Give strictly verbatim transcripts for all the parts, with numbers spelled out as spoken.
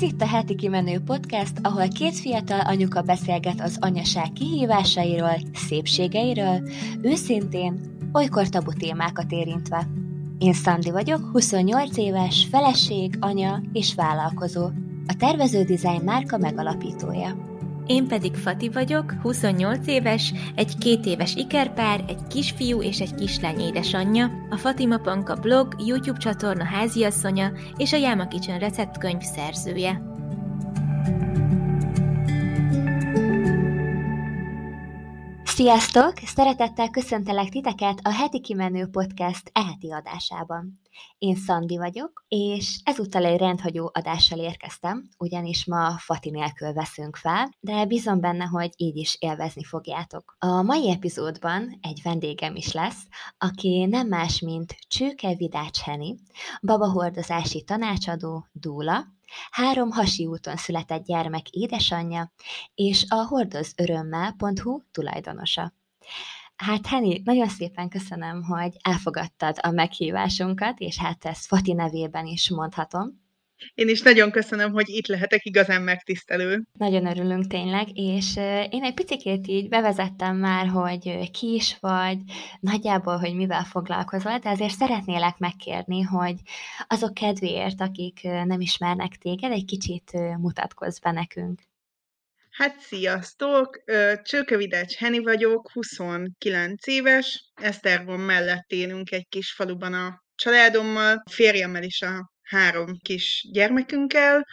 Ez itt a Heti Kimenő Podcast, ahol két fiatal anyuka beszélget az anyaság kihívásairól, szépségeiről, őszintén, olykor tabu témákat érintve. Én Szandi vagyok, huszonnyolc éves, feleség, anya és vállalkozó, a Tervező Design márka megalapítója. Én pedig Fati vagyok, huszonnyolc éves, egy két éves ikerpár, egy kisfiú és egy kislány édesanyja, a Fatima Panka blog, YouTube csatorna háziasszonya és a Yama Kitchen receptkönyv szerzője. Sziasztok! Szeretettel köszöntelek titeket a Heti Kimenő Podcast eheti adásában. Én Szandi vagyok, és ezúttal egy rendhagyó adással érkeztem, ugyanis ma Fati nélkül veszünk fel, de bízom benne, hogy így is élvezni fogjátok. A mai epizódban egy vendégem is lesz, aki nem más, mint Csőke Vidács Henny, babahordozási tanácsadó, dúla, három hasi úton született gyermek édesanyja, és a hordozörömmel pont hu tulajdonosa. Hát Henny, nagyon szépen köszönöm, hogy elfogadtad a meghívásunkat, és hát ezt Fati nevében is mondhatom. Én is nagyon köszönöm, hogy itt lehetek, igazán megtisztelő. Nagyon örülünk tényleg, és én egy picikét így bevezettem már, hogy ki is vagy, nagyjából, hogy mivel foglalkozol, de azért szeretnélek megkérni, hogy azok kedvéért, akik nem ismernek téged, egy kicsit mutatkozz be nekünk. Hát sziasztok! Csőke Vidács Henny vagyok, huszonkilenc éves, Esztergom mellett élünk egy kis faluban a családommal, férjemmel is a három kis gyermekünkkel,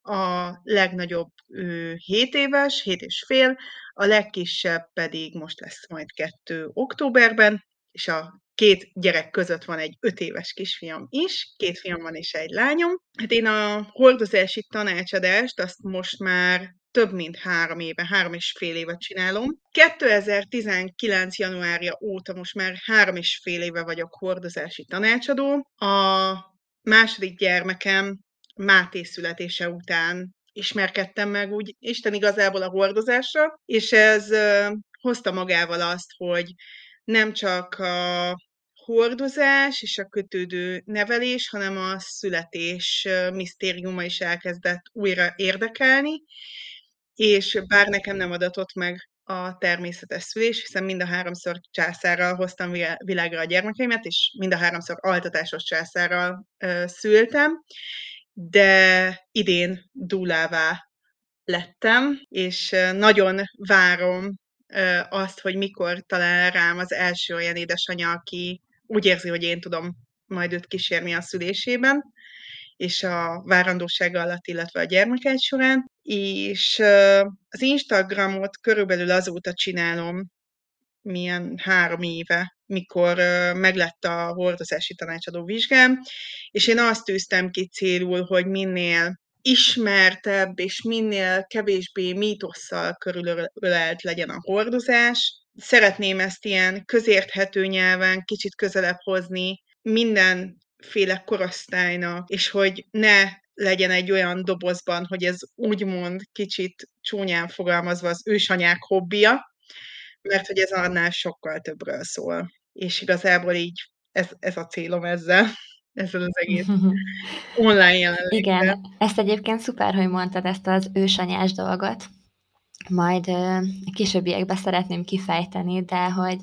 a legnagyobb ő, hét éves, hét és fél, a legkisebb pedig most lesz majd kettő októberben, és a két gyerek között van egy öt éves kisfiam is, két fiam van és egy lányom. Hát én a hordozási tanácsadást azt most már több mint három éve, három és fél éve csinálom. kétezer-tizenkilenc januárja óta most már három és fél éve vagyok hordozási tanácsadó. A második gyermekem Máté születése után ismerkedtem meg úgy Isten igazából a hordozásra, és ez ö, hozta magával azt, hogy nem csak a hordozás és a kötődő nevelés, hanem a születés misztériuma is elkezdett újra érdekelni, és bár nekem nem adatott meg a természetes szülés, hiszen mind a háromszor császárral hoztam világra a gyermekeimet, és mind a háromszor altatásos császárral ö, szültem, de idén dúlává lettem, és nagyon várom ö, azt, hogy mikor talál rám az első olyan édesanyja, aki úgy érzi, hogy én tudom majd őt kísérni a szülésében, és a várandósága alatt, illetve a gyermekek során, és az Instagramot körülbelül azóta csinálom, milyen három éve, mikor meglett a hordozási tanácsadó vizsgám, és én azt tűztem ki célul, hogy minél ismertebb és minél kevésbé mítosszal körülölelt legyen a hordozás. Szeretném ezt ilyen közérthető nyelven kicsit közelebb hozni mindenféle korosztálynak, és hogy ne legyen egy olyan dobozban, hogy ez úgymond kicsit csúnyán fogalmazva az ősanyák hobbija, mert hogy ez annál sokkal többről szól. És igazából így ez, ez a célom ezzel, ezzel az egész online jelenléttel. Igen, ezt egyébként szuper, hogy mondtad ezt az ősanyás dolgot. Majd uh, későbbiekben szeretném kifejteni, de hogy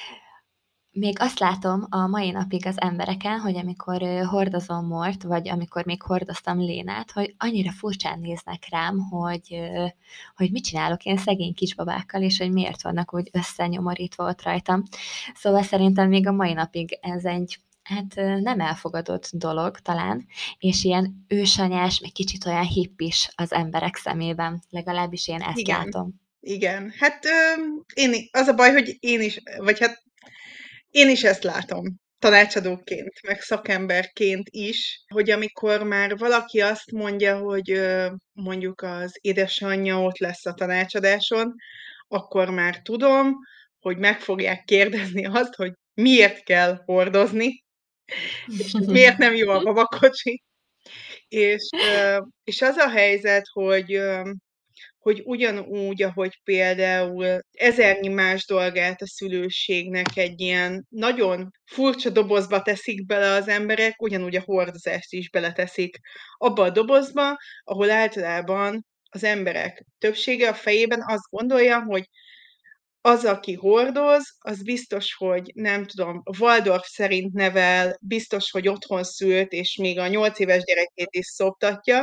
még azt látom a mai napig az embereken, hogy amikor uh, hordozom Mort, vagy amikor még hordoztam Lénát, hogy annyira furcsán néznek rám, hogy, uh, hogy mit csinálok én szegény kisbabákkal, és hogy miért vannak úgy összenyomorítva ott rajtam. Szóval szerintem még a mai napig ez egy hát nem elfogadott dolog talán, és ilyen ősanyás, meg kicsit olyan hippis az emberek szemében, legalábbis én ezt Igen. látom. Igen, hát ö, én, az a baj, hogy én is, vagy hát én is ezt látom tanácsadóként, meg szakemberként is, hogy amikor már valaki azt mondja, hogy ö, mondjuk az édesanyja ott lesz a tanácsadáson, akkor már tudom, hogy meg fogják kérdezni azt, hogy miért kell hordozni, és miért nem jó a babakocsi. És, és az a helyzet, hogy hogy ugyanúgy, ahogy például ezernyi más dolgát a szülőségnek egy ilyen nagyon furcsa dobozba teszik bele az emberek, ugyanúgy a hordozást is beleteszik abba a dobozba, ahol általában az emberek többsége a fejében azt gondolja, hogy az, aki hordoz, az biztos, hogy nem tudom, Waldorf szerint nevel, biztos, hogy otthon szült, és még a nyolc éves gyerekét is szoptatja,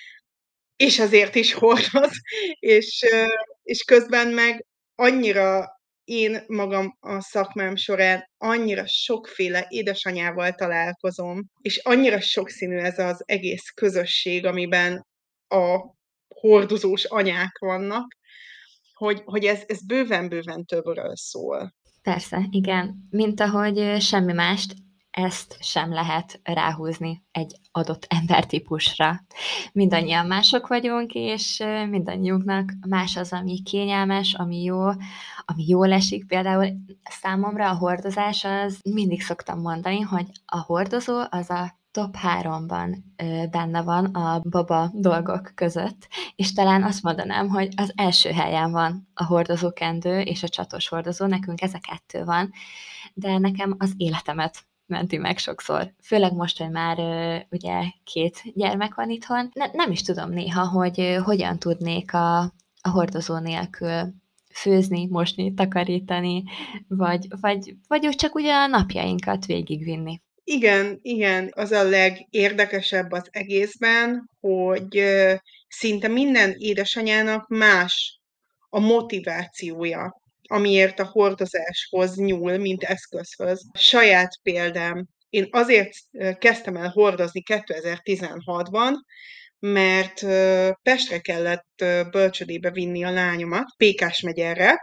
és azért is hordoz, és, és közben meg annyira én magam a szakmám során annyira sokféle édesanyával találkozom, és annyira sokszínű ez az egész közösség, amiben a hordozós anyák vannak, hogy, hogy ez, ez bőven-bőven többről szól. Persze, igen. Mint ahogy semmi mást ezt sem lehet ráhúzni egy adott embertípusra. Mindannyian mások vagyunk, és mindannyiunknak más az, ami kényelmes, ami jó, ami jól esik. Például számomra a hordozás az, mindig szoktam mondani, hogy a hordozó az a top háromban benne van a baba dolgok között, és talán azt mondanám, hogy az első helyen van a hordozókendő és a csatos hordozó, nekünk ez a kettő van, de nekem az életemet menti meg sokszor. Főleg most, hogy már ugye két gyermek van itthon. Ne, nem is tudom néha, hogy hogyan tudnék a, a hordozó nélkül főzni, mosni, takarítani, vagy, vagy, vagy úgy csak ugye a napjainkat végigvinni. Igen, igen, az a legérdekesebb az egészben, hogy szinte minden édesanyának más a motivációja, amiért a hordozáshoz nyúl, mint eszközhöz. Saját példám, én azért kezdtem el hordozni kétezer-tizenhatban, mert Pestre kellett bölcsödébe vinni a lányomat, Pékásmegyerre,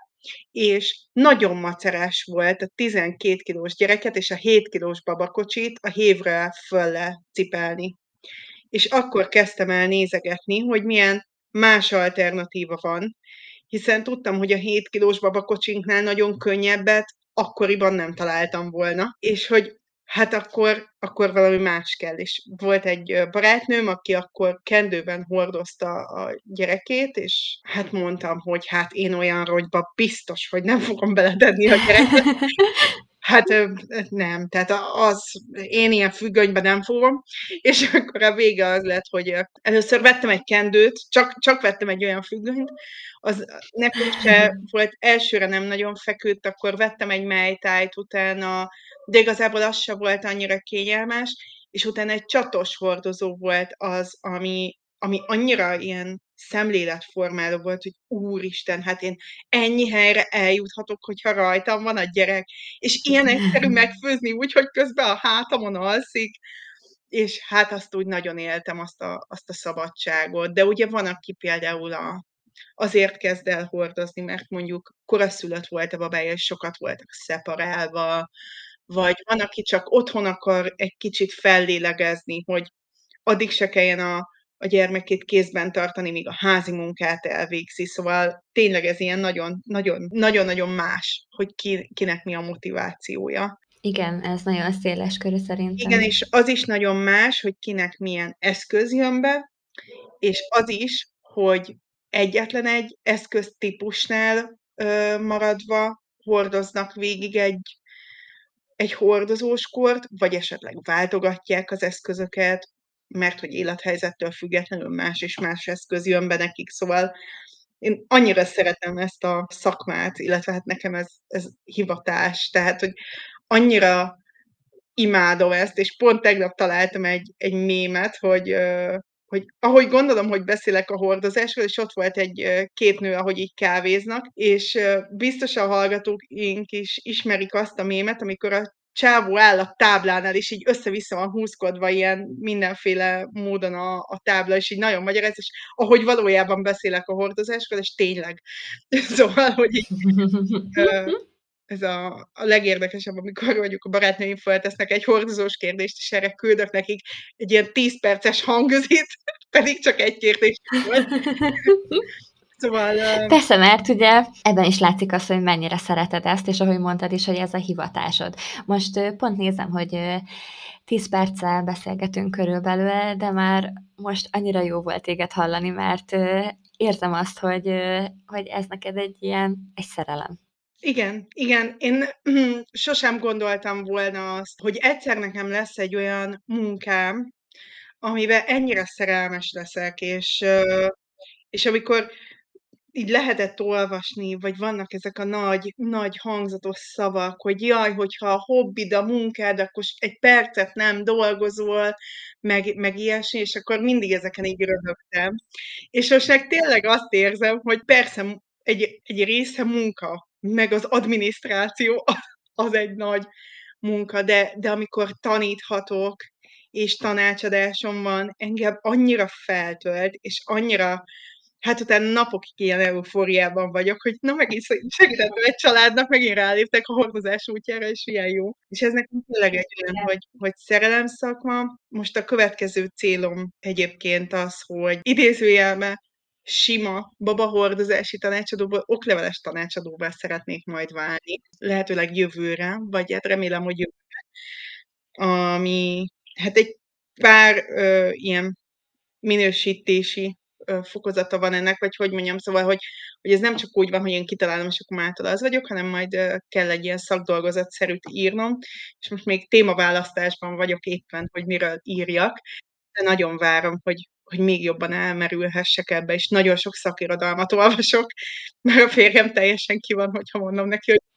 és nagyon macerás volt a tizenkét kilós gyereket és a hét kilós babakocsit a hévre fölle cipelni. És akkor kezdtem el nézegetni, hogy milyen más alternatíva van, hiszen tudtam, hogy a hét kilós babakocsinknál nagyon könnyebbet akkoriban nem találtam volna, és hogy hát akkor, akkor valami más kell. És volt egy barátnőm, aki akkor kendőben hordozta a gyerekét, és hát mondtam, hogy hát én olyan rogyba biztos, hogy nem fogom beletenni a gyereket. Hát nem, tehát az, én ilyen függönyben nem fogom, és akkor a vége az lett, hogy először vettem egy kendőt, csak, csak vettem egy olyan függönyt, az nekem se volt, elsőre nem nagyon feküdt, akkor vettem egy melytájt utána, de igazából az se volt annyira kényelmes, és utána egy csatos hordozó volt az, ami, ami annyira ilyen szemléletformáló volt, hogy úristen, hát én ennyi helyre eljuthatok, hogyha rajtam van a gyerek, és ilyen egyszerű megfőzni úgy, hogy közben a hátamon alszik, és hát azt úgy nagyon éltem, azt a, azt a szabadságot. De ugye van, aki például a, azért kezd el hordozni, mert mondjuk koraszülött volt a babája, és sokat voltak szeparálva, vagy van, aki csak otthon akar egy kicsit fellélegezni, hogy addig se kelljen a, a gyermekét kézben tartani, míg a házi munkát elvégzi. Szóval tényleg ez ilyen nagyon-nagyon más, hogy ki, kinek mi a motivációja. Igen, ez nagyon széles körű szerintem. Igen, és az is nagyon más, hogy kinek milyen eszköz jön be, és az is, hogy egyetlen egy eszköztípusnál ö, maradva hordoznak végig egy, egy hordozóskort, vagy esetleg váltogatják az eszközöket, mert hogy élethelyzettől függetlenül más és más eszköz jön be nekik, szóval én annyira szeretem ezt a szakmát, illetve hát nekem ez, ez hivatás, tehát, hogy annyira imádom ezt, és pont tegnap találtam egy, egy mémet, hogy, hogy ahogy gondolom, hogy beszélek a hordozásról, és ott volt egy két nő, ahogy így kávéznak, és biztos a hallgatóink is ismerik azt a mémet, amikor a csávó áll a táblánál, és így össze-vissza van húzkodva ilyen mindenféle módon a, a tábla, és így nagyon magyaráz, és ahogy valójában beszélek a hordozásról, és tényleg. Szóval, hogy így, ez a, a legérdekesebb, amikor mondjuk a barátnőim feltesznek egy hordozós kérdést, és erre küldök nekik egy ilyen tíz perces hangözít, pedig csak egy kérdés volt. Szóval... Uh... Persze, mert ugye ebben is látszik az, hogy mennyire szereted ezt, és ahogy mondtad is, hogy ez a hivatásod. Most uh, pont nézem, hogy uh, tíz perccel beszélgetünk körülbelül, de már most annyira jó volt téged hallani, mert uh, érzem azt, hogy, uh, hogy ez neked egy ilyen, egy szerelem. Igen, igen. Én sosem gondoltam volna azt, hogy egyszer nekem lesz egy olyan munkám, amiben ennyire szerelmes leszek, és, és amikor így lehetett olvasni, vagy vannak ezek a nagy, nagy hangzatos szavak, hogy jaj, hogyha a hobbid, a munkád, akkor egy percet nem dolgozol, meg, meg ilyesmi, és akkor mindig ezeken így röhögtem. És most meg tényleg azt érzem, hogy persze egy, egy része munka, meg az adminisztráció az egy nagy munka, de, de amikor taníthatok, és tanácsadásom van, engem annyira feltölt, és annyira, hát utána napokig ilyen eufóriában vagyok, hogy na megint segítettem egy családnak, megint ráléptek a hordozás útjára, és ilyen jó. És ez nekem tényleg egy olyan, hogy, hogy szerelem szakma. Most a következő célom egyébként az, hogy idézőjelben sima babahordozási tanácsadóból okleveles tanácsadóvá szeretnék majd válni. Lehetőleg jövőre, vagy hát remélem, hogy jövőre. Ami hát egy pár ö, ilyen minősítési ö, fokozata van ennek, vagy hogy mondjam, szóval, hogy, hogy ez nem csak úgy van, hogy én kitalálom, és akkor mától az vagyok, hanem majd ö, kell egy ilyen szakdolgozatszerűt írnom, és most még témaválasztásban vagyok éppen, hogy miről írjak, de nagyon várom, hogy, hogy még jobban elmerülhessek ebbe, és nagyon sok szakirodalmat olvasok, mert a férjem teljesen ki van, hogyha mondom neki, hogy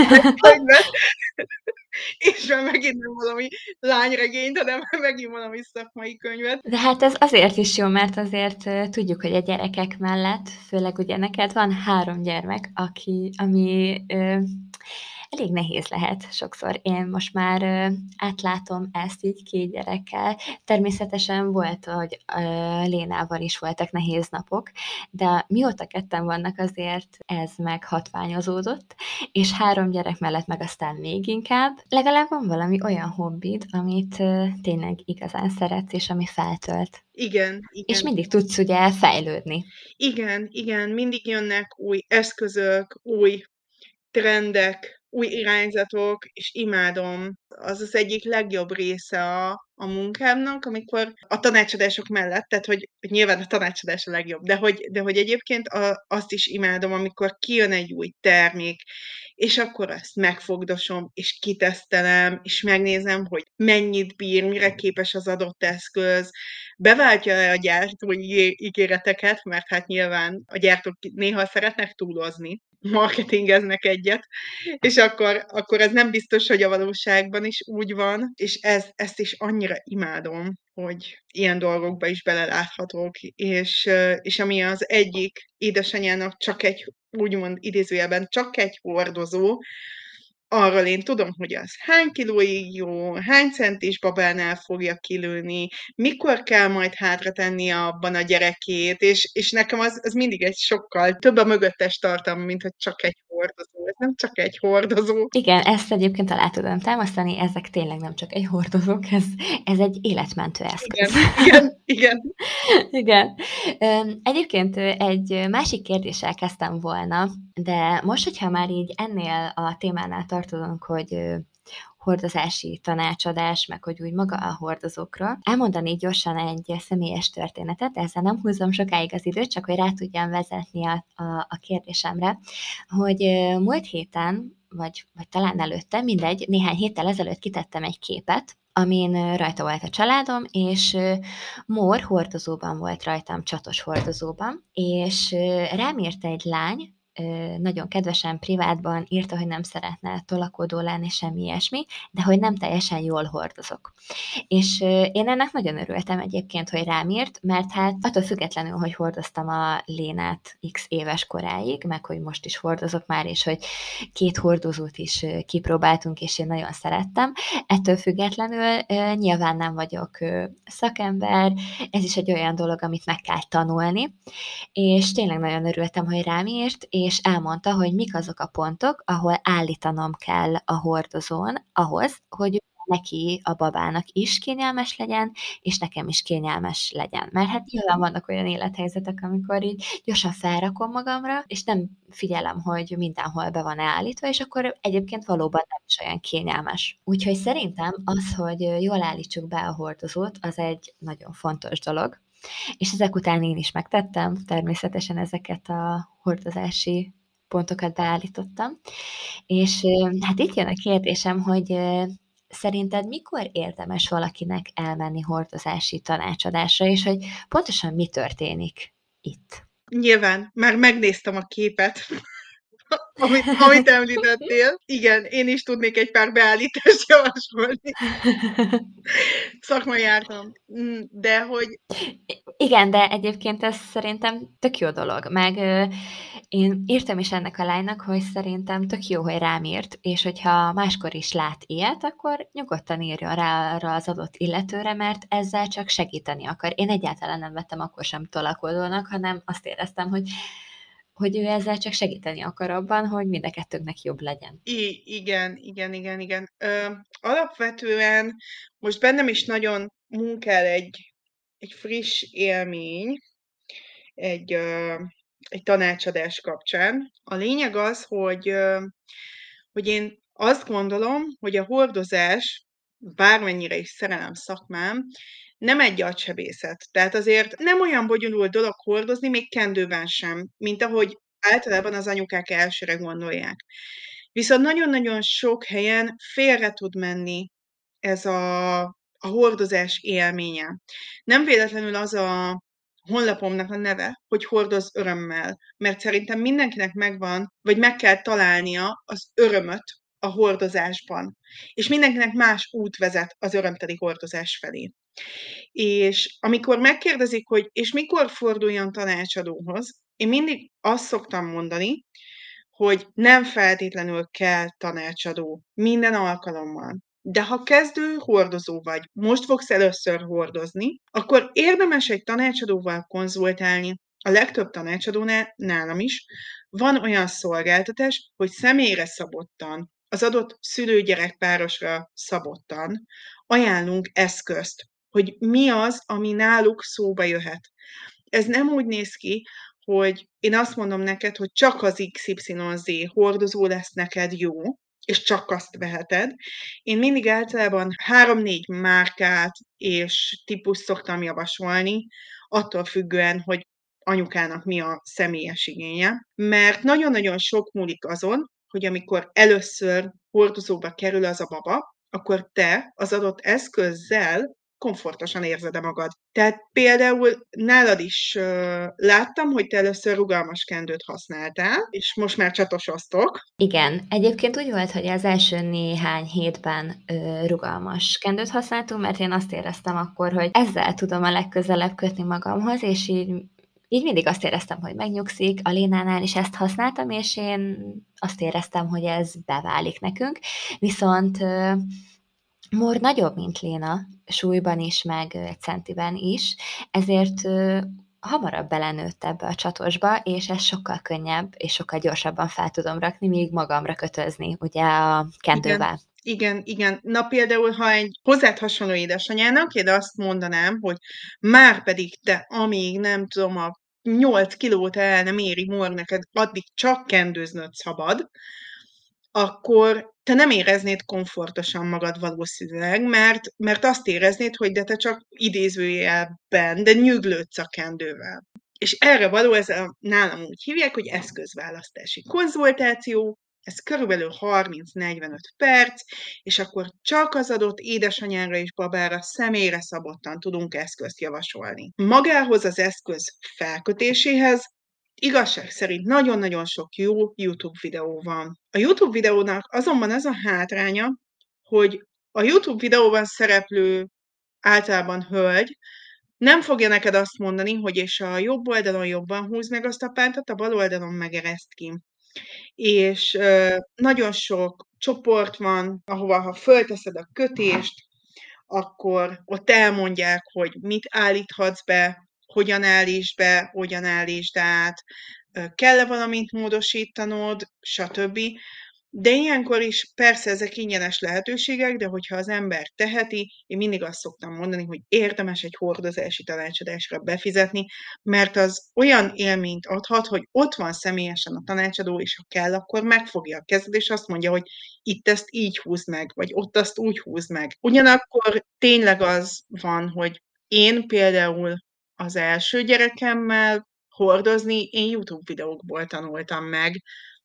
és már megint nem valami lányregényt, hanem megint valami szakmai könyvet. De hát ez azért is jó, mert azért uh, tudjuk, hogy a gyerekek mellett, főleg ugye neked van három gyermek, aki, ami uh, elég nehéz lehet sokszor. Én most már uh, átlátom ezt így két gyerekkel. Természetesen volt, hogy uh, Lénával is voltak nehéz napok, de mióta ketten vannak, azért ez meg hatványozódott, és három gyerek mellett meg aztán még inkább. Legalább van valami olyan hobbid, amit uh, tényleg igazán szeretsz, és ami feltölt. Igen, igen. És mindig tudsz ugye fejlődni. Igen, igen, mindig jönnek új eszközök, új trendek, új irányzatok, és imádom. Az az egyik legjobb része a, a munkámnak, amikor a tanácsadások mellett, tehát hogy, hogy nyilván a tanácsadás a legjobb, de hogy, de hogy egyébként a, azt is imádom, amikor kijön egy új termék, és akkor azt megfogdosom, és kitesztelem, és megnézem, hogy mennyit bír, mire képes az adott eszköz, beváltja-e a gyártói ígéreteket, mert hát nyilván a gyártók néha szeretnek túlozni, marketingeznek egyet, és akkor, akkor ez nem biztos, hogy a valóságban is úgy van, és ez, ezt is annyira imádom, hogy ilyen dolgokba is beleláthatok, és, és ami az egyik édesanyjának csak egy, úgymond idézőjelben csak egy hordozó, arról én tudom, hogy az hány kilóig jó, hány centis babánál fogja kilőni, mikor kell majd hátra tenni abban a gyerekét, és, és nekem az, az mindig egy sokkal több a mögöttes tartalma, mint hogy csak egy hordozó. Ez nem csak egy hordozó. Igen, ezt egyébként alá tudom támasztani, ezek tényleg nem csak egy hordozók, ez, ez egy életmentő eszköz. Igen, igen, igen. igen. Egyébként egy másik kérdéssel kezdtem volna, de most, hogyha már így ennél a témánál tartozunk, hogy hordozási tanácsadás, meg hogy úgy maga a hordozókról. Elmondanék gyorsan egy személyes történetet, de ezzel nem húzom sokáig az időt, csak hogy rá tudjam vezetni a, a, a kérdésemre, hogy múlt héten, vagy, vagy talán előtte, mindegy, néhány héttel ezelőtt kitettem egy képet, amin rajta volt a családom, és Mór hordozóban volt rajtam, csatos hordozóban, és rám írt egy lány, nagyon kedvesen, privátban írta, hogy nem szeretne tolakodó lenni, semmi ilyesmi, de hogy nem teljesen jól hordozok. És én ennek nagyon örültem egyébként, hogy rám írt, mert hát attól függetlenül, hogy hordoztam a Lénát x éves koráig, meg hogy most is hordozok már, és hogy két hordozót is kipróbáltunk, és én nagyon szerettem, ettől függetlenül nyilván nem vagyok szakember, ez is egy olyan dolog, amit meg kell tanulni, és tényleg nagyon örültem, hogy rám írt, és elmondta, hogy mik azok a pontok, ahol állítanom kell a hordozón ahhoz, hogy neki, a babának is kényelmes legyen, és nekem is kényelmes legyen. Mert hát nyilván vannak olyan élethelyzetek, amikor így gyorsan felrakom magamra, és nem figyelem, hogy mindenhol be van-e állítva, és akkor egyébként valóban nem is olyan kényelmes. Úgyhogy szerintem az, hogy jól állítsuk be a hordozót, az egy nagyon fontos dolog. És ezek után én is megtettem, természetesen ezeket a hordozási pontokat beállítottam. És hát itt jön a kérdésem, hogy szerinted mikor érdemes valakinek elmenni hordozási tanácsadásra, és hogy pontosan mi történik itt? Nyilván, már megnéztem a képet, amit, amit említettél. Igen, én is tudnék egy pár beállítást javasolni. Szakmai jártam. De hogy... Igen, de egyébként ez szerintem tök jó dolog. Meg ö, én írtam is ennek a lánynak, hogy szerintem tök jó, hogy rám írt, és hogyha máskor is lát ilyet, akkor nyugodtan írjon rá arra az adott illetőre, mert ezzel csak segíteni akar. Én egyáltalán nem vettem akkor sem tolakodónak, hanem azt éreztem, hogy hogy ő ezzel csak segíteni akar abban, hogy mind a kettőnknek jobb legyen. I- igen, igen, igen, igen. Ö, alapvetően most bennem is nagyon munkál egy, egy friss élmény, egy, ö, egy tanácsadás kapcsán. A lényeg az, hogy, ö, hogy én azt gondolom, hogy a hordozás, bármennyire is szerelem szakmám, nem egy agysebészet. Tehát azért nem olyan bonyolult dolog hordozni, még kendőben sem, mint ahogy általában az anyukák elsőre gondolják. Viszont nagyon-nagyon sok helyen félre tud menni ez a, a hordozás élménye. Nem véletlenül az a honlapomnak a neve, hogy hordoz örömmel, mert szerintem mindenkinek megvan, vagy meg kell találnia az örömöt a hordozásban. És mindenkinek más út vezet az örömteli hordozás felé. És amikor megkérdezik, hogy és mikor forduljon tanácsadóhoz, én mindig azt szoktam mondani, hogy nem feltétlenül kell tanácsadó minden alkalommal. De ha kezdő hordozó vagy, most fogsz először hordozni, akkor érdemes egy tanácsadóval konzultálni. A legtöbb tanácsadónál, nálam is, van olyan szolgáltatás, hogy személyre szabottan, az adott szülő-gyerek párosra szabottan ajánlunk eszközt, hogy mi az, ami náluk szóba jöhet. Ez nem úgy néz ki, hogy én azt mondom neked, hogy csak az iksz ipszilon zé hordozó lesz neked jó, és csak azt veheted. Én mindig általában három-négy márkát és típust szoktam javasolni, attól függően, hogy anyukának mi a személyes igénye, mert nagyon-nagyon sok múlik azon, hogy amikor először hordozóba kerül az a baba, akkor te az adott eszközzel komfortosan érzed-e magad. Tehát például nálad is uh, láttam, hogy te először rugalmas kendőt használtál, és most már csatosoztok. Igen, egyébként úgy volt, hogy az első néhány hétben ö, rugalmas kendőt használtunk, mert én azt éreztem akkor, hogy ezzel tudom a legközelebb kötni magamhoz, és így így mindig azt éreztem, hogy megnyugszik, a Lénánál is ezt használtam, és én azt éreztem, hogy ez beválik nekünk, viszont ö, Mór nagyobb, mint Léna, súlyban is, meg egy centiben is, ezért ö, hamarabb belenőtt ebbe a csatosba, és ez sokkal könnyebb, és sokkal gyorsabban fel tudom rakni, míg magamra kötözni, ugye a kendővel. Igen, igen, igen. Na például, ha egy hozzád hasonló édesanyának, én azt mondanám, hogy már pedig te, amíg nem tudom, a nyolc kilót el nem éri Mór neked, addig csak kendőznöd szabad, akkor te nem éreznéd komfortosan magad valószínűleg, mert, mert azt éreznéd, hogy de te csak idézőjelben, de nyüglődsz a kendővel. És erre való, ez a, nálam úgy hívják, hogy eszközválasztási konzultáció, ez körülbelül harminc-negyvenöt perc, és akkor csak az adott édesanyára és babára személyre szabottan tudunk eszközt javasolni. Magához az eszköz felkötéséhez igazság szerint nagyon-nagyon sok jó YouTube videó van. A YouTube videónak azonban az a hátránya, hogy a YouTube videóban szereplő általában hölgy nem fogja neked azt mondani, hogy és a jobb oldalon jobban húz meg azt a pántot, a bal oldalon megereszt ki. És ö, nagyon sok csoport van, ahova ha fölteszed a kötést, akkor ott elmondják, hogy mit állíthatsz be, hogyan állítsd be, hogyan állítsd át, kell-e valamit módosítanod, stb. De ilyenkor is persze ezek ingyenes lehetőségek, de hogyha az ember teheti, én mindig azt szoktam mondani, hogy érdemes egy hordozási tanácsadásra befizetni, mert az olyan élményt adhat, hogy ott van személyesen a tanácsadó, és ha kell, akkor megfogja a kezed, és azt mondja, hogy itt ezt így húzd meg, vagy ott azt úgy húzd meg. Ugyanakkor tényleg az van, hogy én például az első gyerekemmel hordozni én YouTube videókból tanultam meg,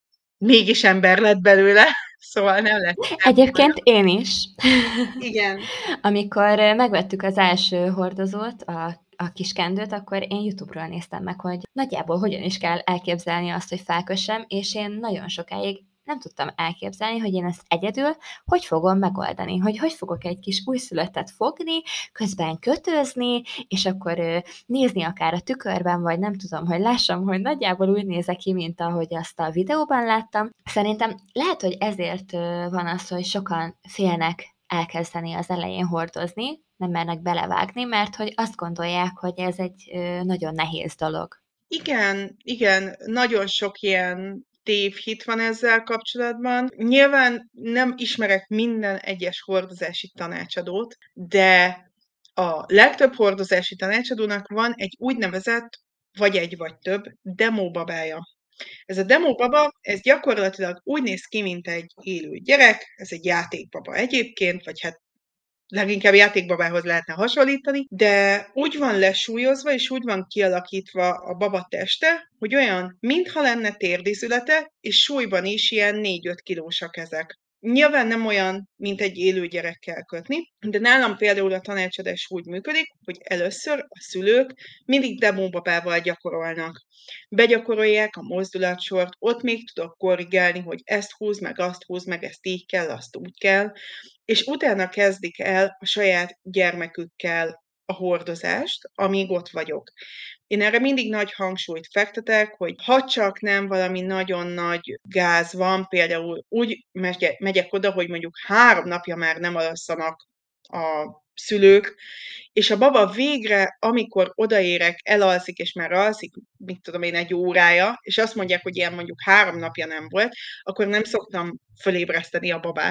mégis ember lett belőle, szóval nem lett Egyébként én is. Igen. Amikor megvettük az első hordozót, a, a kiskendőt, akkor én YouTube-ról néztem meg, hogy nagyjából hogyan is kell elképzelni azt, hogy felkössem, és én nagyon sokáig nem tudtam elképzelni, hogy én ezt egyedül hogy fogom megoldani, hogy hogy fogok egy kis újszülöttet fogni, közben kötözni, és akkor ö, nézni akár a tükörben, vagy nem tudom, hogy lássam, hogy nagyjából úgy nézek ki, mint ahogy azt a videóban láttam. Szerintem lehet, hogy ezért ö, van az, hogy sokan félnek elkezdeni az elején hordozni, nem mernek belevágni, mert hogy azt gondolják, hogy ez egy ö, nagyon nehéz dolog. Igen, igen, nagyon sok ilyen tévhit van ezzel kapcsolatban. Nyilván nem ismerek minden egyes hordozási tanácsadót, de a legtöbb hordozási tanácsadónak van egy úgynevezett, vagy egy vagy több demóbabája. Ez a demóbaba, ez gyakorlatilag úgy néz ki, mint egy élő gyerek, ez egy játékbaba egyébként, vagy hát leginkább játékbabához lehetne hasonlítani, de úgy van lesúlyozva, és úgy van kialakítva a baba teste, hogy olyan, mintha lenne térdizülete, és súlyban is ilyen négy-öt kilósak ezek. Nyilván nem olyan, mint egy élő gyerekkel kötni, de nálam például a tanácsadás úgy működik, hogy először a szülők mindig demóbabával gyakorolnak. Begyakorolják a mozdulatsort, ott még tudok korrigálni, hogy ezt húz meg, azt húz meg, ezt így kell, azt úgy kell, és utána kezdik el a saját gyermekükkel a hordozást, amíg ott vagyok. Én erre mindig nagy hangsúlyt fektetek, hogy ha csak nem valami nagyon nagy gáz van, például úgy megyek, megyek oda, hogy mondjuk három napja már nem alszanak a szülők, és a baba végre, amikor odaérek, elalszik, és már alszik, mit tudom én, egy órája, és azt mondják, hogy ilyen mondjuk három napja nem volt, akkor nem szoktam fölébreszteni a babát,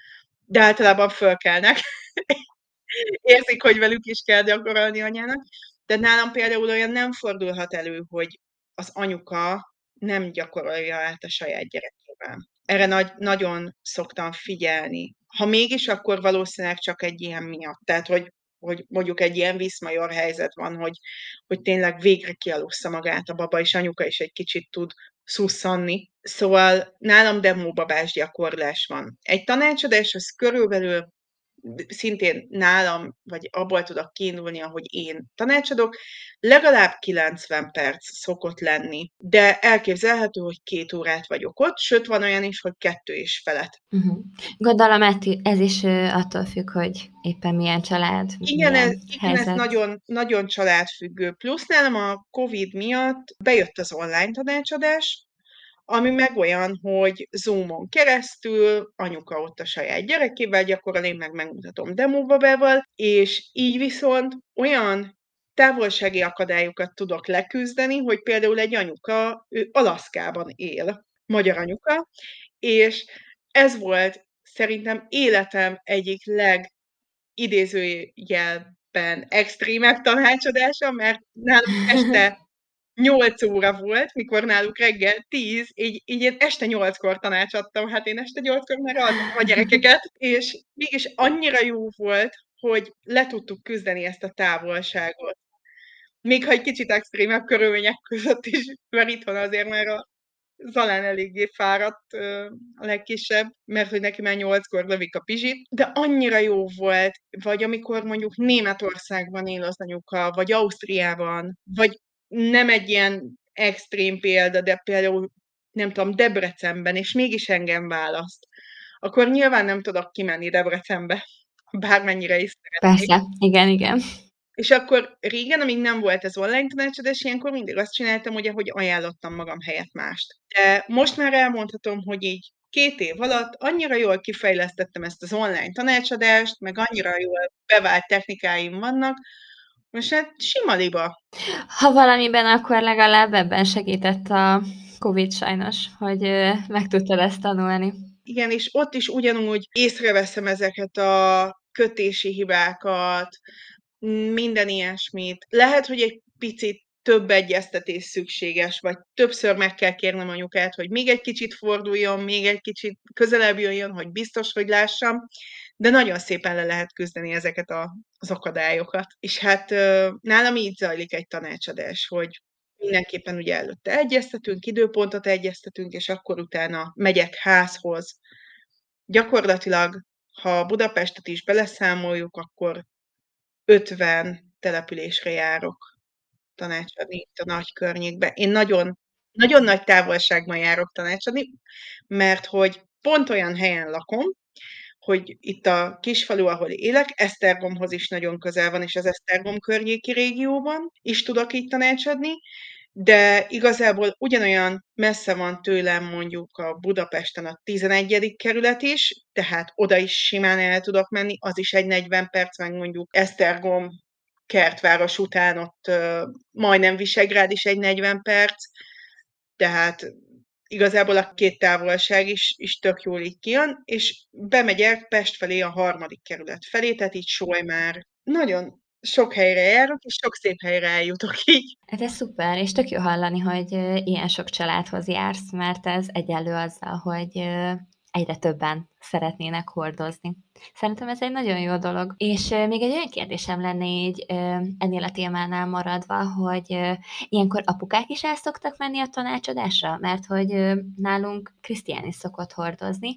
de általában fölkelnek. Érzik, hogy velük is kell gyakorolni anyának. De nálam például olyan nem fordulhat elő, hogy az anyuka nem gyakorolja át a saját gyerekével. Erre nagy, nagyon szoktam figyelni. Ha mégis, akkor valószínűleg csak egy ilyen miatt. Tehát, hogy, hogy mondjuk egy ilyen viszmajor helyzet van, hogy, hogy tényleg végre kialussza magát a baba, és anyuka is egy kicsit tud szusszanni. Szóval nálam demóbabás gyakorlás van. Egy tanácsadás az körülbelül szintén nálam, vagy abból tudok kiindulni, ahogy én tanácsadok, legalább kilencven perc szokott lenni, de elképzelhető, hogy két órát vagyok ott, sőt van olyan is, hogy kettő és felett. Uh-huh. Gondolom, ez is attól függ, hogy éppen milyen család, igen, milyen ez, igen, ez nagyon, nagyon családfüggő. Plusz nálam a Covid miatt bejött az online tanácsadás, ami meg olyan, hogy Zoomon keresztül, anyuka ott a saját gyerekével gyakorol, én meg megmutatom demóbabával, és így viszont olyan távolsági akadályokat tudok leküzdeni, hogy például egy anyuka, ő Alaszkában él, magyar anyuka, és ez volt szerintem életem egyik legidézőjelben extrémebb tanácsadása, mert nálunk este nyolc óra volt, mikor náluk reggel tíz, így, így én este nyolckor tanácsadtam, hát én este nyolckor már aludtam a gyerekeket, és mégis annyira jó volt, hogy le tudtuk küzdeni ezt a távolságot. Még ha egy kicsit extrémebb körülmények között is, mert itthon azért már a Zalán eléggé fáradt a legkisebb, mert hogy neki már nyolckor lövik a pizsit, de annyira jó volt, vagy amikor mondjuk Németországban él az anyuka, vagy Ausztriában, vagy nem egy ilyen extrém példa, de például nem tudom, Debrecenben, és mégis engem választ, akkor nyilván nem tudok kimenni Debrecenbe, bármennyire is szeretnék. Persze, igen, igen. És akkor régen, amíg nem volt ez online tanácsadás, ilyenkor mindig azt csináltam, ugye, hogy ajánlottam magam helyett mást. De most már elmondhatom, hogy így két év alatt annyira jól kifejlesztettem ezt az online tanácsadást, meg annyira jól bevált technikáim vannak, most hát sima liba. Ha valamiben, akkor legalább ebben segített a Covid sajnos, hogy meg tudtad ezt tanulni. Igen, és ott is ugyanúgy észreveszem ezeket a kötési hibákat, minden ilyesmit. Lehet, hogy egy picit több egyeztetés szükséges, vagy többször meg kell kérnem anyukát, hogy még egy kicsit forduljon, még egy kicsit közelebb jöjjön, hogy biztos, hogy lássam, de nagyon szépen le lehet küzdeni ezeket a, az akadályokat. És hát nálam így zajlik egy tanácsadás, hogy mindenképpen ugye előtte egyeztetünk, időpontot egyeztetünk, és akkor utána megyek házhoz. Gyakorlatilag, ha Budapestet is beleszámoljuk, akkor ötven településre járok tanácsadni itt a nagy környékbe. Én nagyon, nagyon nagy távolságban járok tanácsadni, mert hogy pont olyan helyen lakom, hogy itt a kisfalu, ahol élek, Esztergomhoz is nagyon közel van, és az Esztergom környéki régióban is tudok így tanácsadni, de igazából ugyanolyan messze van tőlem mondjuk a Budapesten a tizenegyedik kerület is, tehát oda is simán el tudok menni, az is egy negyven perc, meg mondjuk Esztergom kertváros után ott uh, majdnem Visegrád is egy negyven perc, tehát igazából a két távolság is, is tök jól így kijön, és bemegyek Pest felé a harmadik kerület felé, tehát így Solymár. Nagyon sok helyre járok, és sok szép helyre eljutok így. Hát ez szuper, és tök jó hallani, hogy ilyen sok családhoz jársz, mert ez egyenlő azzal, hogy egyre többen szeretnének hordozni. Szerintem ez egy nagyon jó dolog. És még egy olyan kérdésem lenne így ennél a témánál maradva, hogy ilyenkor apukák is el szoktak menni a tanácsadásra? Mert hogy nálunk Krisztián is szokott hordozni,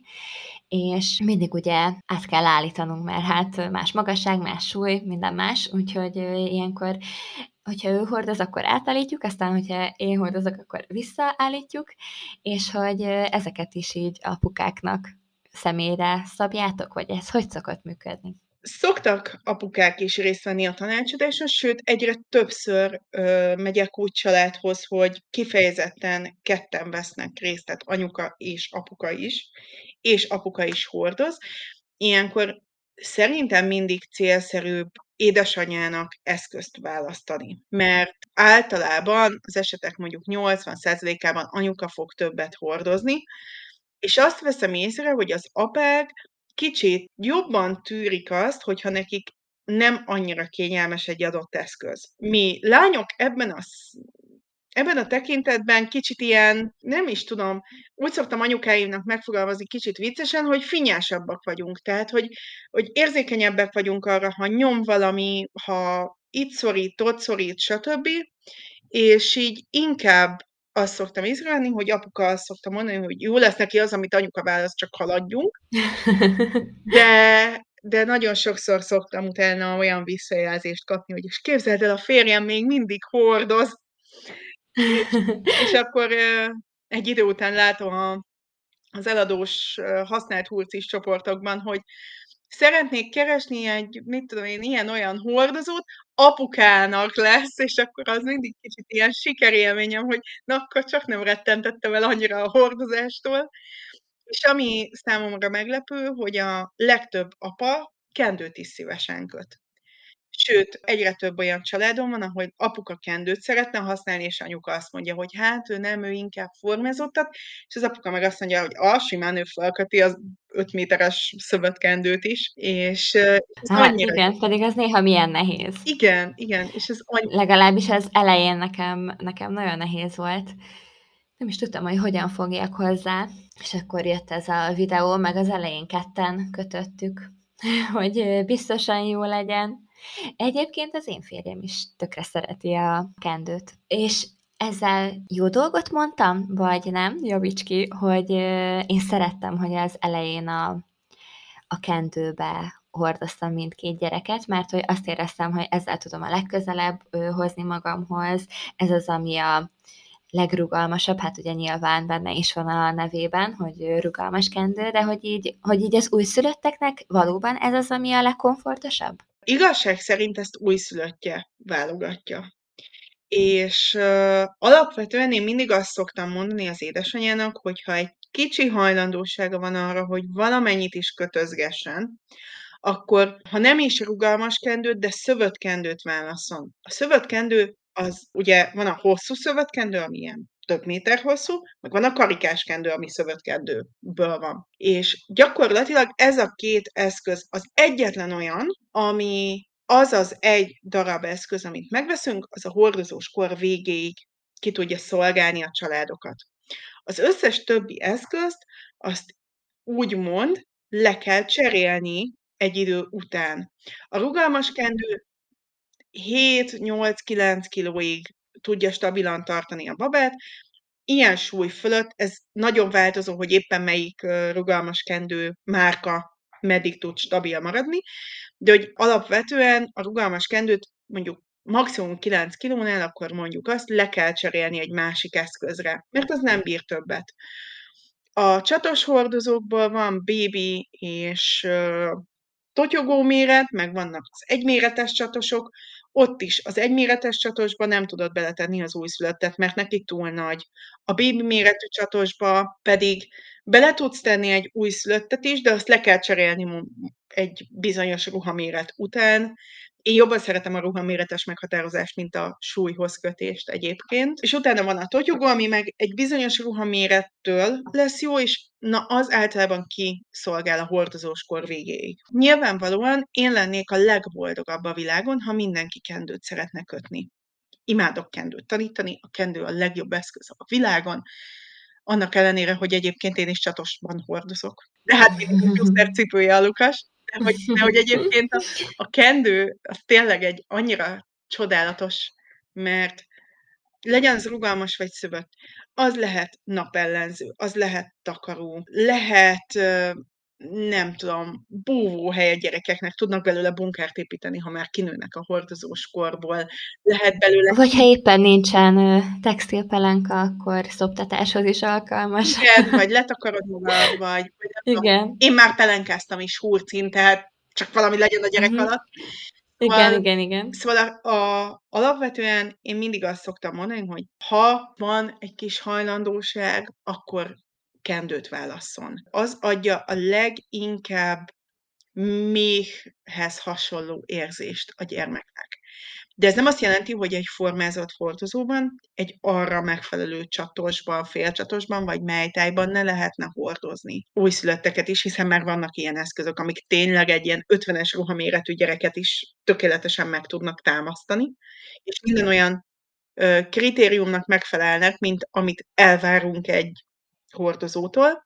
és mindig ugye át kell állítanunk, mert hát más magasság, más súly, minden más, úgyhogy ilyenkor hogyha ő hordoz, akkor átállítjuk, aztán, hogyha én hordozok, akkor visszaállítjuk, és hogy ezeket is így apukáknak személyre szabjátok, vagy ez hogy szokott működni? Szoktak apukák is részt venni a tanácsadáson, sőt, egyre többször ö, megyek úgy családhoz, hogy kifejezetten ketten vesznek részt, tehát anyuka és apuka is, és apuka is hordoz. Ilyenkor szerintem mindig célszerűbb édesanyának eszközt választani, mert általában az esetek mondjuk nyolcvan százalékában anyuka fog többet hordozni, és azt veszem észre, hogy az apák kicsit jobban tűrik azt, hogyha nekik nem annyira kényelmes egy adott eszköz. Mi lányok ebben a, ebben a tekintetben kicsit ilyen, nem is tudom, úgy szoktam anyukáimnak megfogalmazni kicsit viccesen, hogy finnyásabbak vagyunk. Tehát, hogy, hogy érzékenyebbek vagyunk arra, ha nyom valami, ha itt szorít, ott szorít, stb. És így inkább azt szoktam észrevenni, hogy apuka azt szokta mondani, hogy jó lesz neki az, amit anyuka választ, csak haladjunk. De, de nagyon sokszor szoktam utána olyan visszajelzést kapni, hogy és képzeld el, a férjem még mindig hordoz. És, és akkor egy idő után látom a, az eladós használt hurcis csoportokban, hogy szeretnék keresni egy, mit tudom én, ilyen-olyan hordozót, apukának lesz, és akkor az mindig kicsit ilyen sikerélményem, hogy na, akkor csak nem rettentettem el annyira a hordozástól. És ami számomra meglepő, hogy a legtöbb apa kendőt is szívesen köt. Sőt, egyre több olyan családom van, ahol apuka kendőt szeretne használni, és anyuka azt mondja, hogy hát ő nem, ő inkább formázottat, és az apuka meg azt mondja, hogy a simán ő felköti az öt méteres szövetkendőt is, és ez Hát annyira igen, jó. pedig az néha milyen nehéz. Igen, igen, és ez annyira... Legalábbis az elején nekem, nekem nagyon nehéz volt. Nem is tudtam, hogy hogyan fogjak hozzá, és akkor jött ez a videó, meg az elején ketten kötöttük, hogy biztosan jó legyen. Egyébként az én férjem is tökre szereti a kendőt. És ezzel jó dolgot mondtam, vagy nem? Javíts ki, hogy én szerettem, hogy az elején a, a kendőbe hordoztam mindkét gyereket, mert hogy azt éreztem, hogy ezzel tudom a legközelebb hozni magamhoz. Ez az, ami a legrugalmasabb, hát ugye nyilván benne is van a nevében, hogy rugalmas kendő, de hogy így, hogy így az újszülötteknek valóban ez az, ami a legkomfortosabb? Igazság szerint ezt újszülöttje válogatja. És uh, alapvetően én mindig azt szoktam mondani az édesanyának, hogyha egy kicsi hajlandósága van arra, hogy valamennyit is kötözgessen, akkor ha nem is rugalmas kendőt, de szövötkendőt válaszol. A szövötkendő az ugye van a hosszú szövötkendő, ami ilyen több méter hosszú, meg van a karikás kendő, ami szövetkendőből van. És gyakorlatilag ez a két eszköz az egyetlen olyan, ami az az egy darab eszköz, amit megveszünk, az a hordozós kor végéig ki tudja szolgálni a családokat. Az összes többi eszközt, azt úgymond le kell cserélni egy idő után. A rugalmas kendő hét-nyolc-kilenc kilóig tudja stabilan tartani a babát. Ilyen súly fölött, ez nagyon változó, hogy éppen melyik rugalmas kendő márka meddig tud stabil maradni, de hogy alapvetően a rugalmas kendőt mondjuk maximum kilenc kilónál, akkor mondjuk azt le kell cserélni egy másik eszközre, mert az nem bír többet. A csatos hordozókból van bébi és uh, totyogó méret, meg vannak az egyméretes csatosok, ott is az egyméretes csatosba nem tudod beletenni az újszülöttet, mert neki túl nagy. A bébi méretű csatosba pedig bele tudsz tenni egy újszülöttet is, de azt le kell cserélni egy bizonyos ruhaméret után. Én jobban szeretem a ruhaméretes meghatározást, mint a súlyhoz kötést egyébként. És utána van a totyogó, ami meg egy bizonyos ruhamérettől lesz jó, és na az általában kiszolgál a hordozós kor végéig. Nyilvánvalóan én lennék a legboldogabb a világon, ha mindenki kendőt szeretne kötni. Imádok kendőt tanítani, a kendő a legjobb eszköz a világon, annak ellenére, hogy egyébként én is csatosban hordozok. De hát én a Schuster cipője a Lukas. De hogy, de hogy egyébként a, a kendő az tényleg egy annyira csodálatos, mert legyen az rugalmas vagy szövet, az lehet napellenző, az lehet takaró, lehet, nem tudom, búvóhely a gyerekeknek, tudnak belőle bunkert építeni, ha már kinőnek a hordozós korból, lehet belőle... Vagy ha éppen nincsen textilpelenka, akkor szoptatáshoz is alkalmas. Igen, vagy letakarod magad, vagy... vagy igen. Én már pelenkáztam is hurcin, tehát csak valami legyen a gyerek uh-huh. alatt. Igen, szóval, igen, igen. Szóval a, a, alapvetően én mindig azt szoktam mondani, hogy ha van egy kis hajlandóság, akkor kendőt válasszon. Az adja a leginkább méhhez hasonló érzést a gyermeknek. De ez nem azt jelenti, hogy egy formázott hordozóban, egy arra megfelelő csatosban, félcsatosban vagy melytájban ne lehetne hordozni újszülötteket is, hiszen már vannak ilyen eszközök, amik tényleg egy ilyen ötvenes ruhaméretű gyereket is tökéletesen meg tudnak támasztani, és minden olyan ö, kritériumnak megfelelnek, mint amit elvárunk egy hordozótól.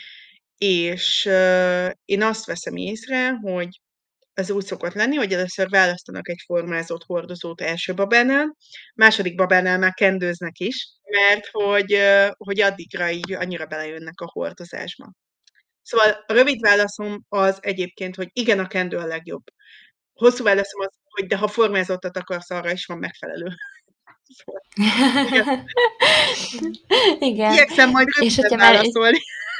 És ö, én azt veszem észre, hogy ez úgy szokott lenni, hogy először választanak egy formázott hordozót első babánál, második babánál már kendőznek is, mert hogy, hogy addigra így annyira belejönnek a hordozásba. Szóval a rövid válaszom az egyébként, hogy igen, a kendő a legjobb. Hosszú válaszom az, hogy de ha formázottat akarsz, arra is van megfelelő. Szóval, igen. igen. Igyekszem majd röviden válaszolni.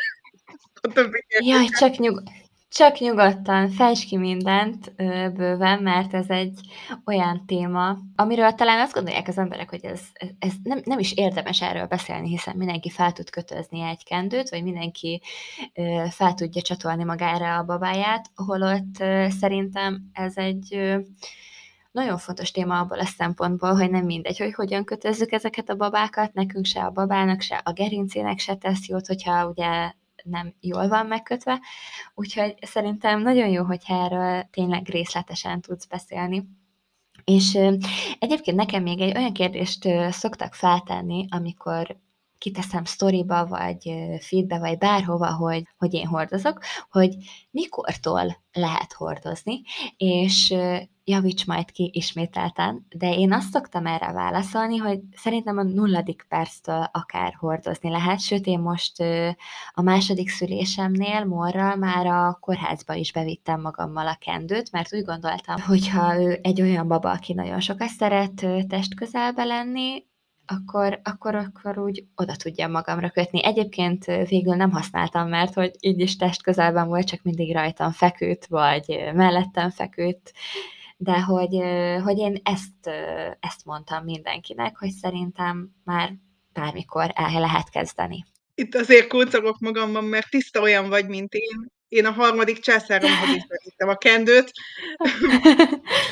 Jaj, csak nyug... Csak nyugodtan, fejtsd ki mindent ö, bőven, mert ez egy olyan téma, amiről talán azt gondolják az emberek, hogy ez, ez nem, nem is érdemes erről beszélni, hiszen mindenki fel tud kötözni egy kendőt, vagy mindenki ö, fel tudja csatolni magára a babáját, holott ö, szerintem ez egy ö, nagyon fontos téma abból a szempontból, hogy nem mindegy, hogy hogyan kötözzük ezeket a babákat, nekünk se a babának, se a gerincének se tesz jót, hogyha ugye nem jól van megkötve, úgyhogy szerintem nagyon jó, hogyha erről tényleg részletesen tudsz beszélni. És egyébként nekem még egy olyan kérdést szoktak feltenni, amikor kiteszem sztoriba, vagy feedbe, vagy bárhova, hogy, hogy én hordozok, hogy mikortól lehet hordozni, és javíts majd ki ismételten, de én azt szoktam erre válaszolni, hogy szerintem a nulladik perctől akár hordozni lehet, sőt én most a második szülésemnél morral már a kórházba is bevittem magammal a kendőt, mert úgy gondoltam, hogyha ő egy olyan baba, aki nagyon sokat szeret testközelbe lenni, akkor, akkor, akkor úgy oda tudjam magamra kötni. Egyébként végül nem használtam, mert hogy így is testközelben volt, csak mindig rajtam feküdt, vagy mellettem feküdt, de hogy, hogy én ezt, ezt mondtam mindenkinek, hogy szerintem már bármikor el lehet kezdeni. Itt azért kócogok magamban, mert tiszta olyan vagy, mint én. Én a harmadik császáromhoz is bevittem a kendőt.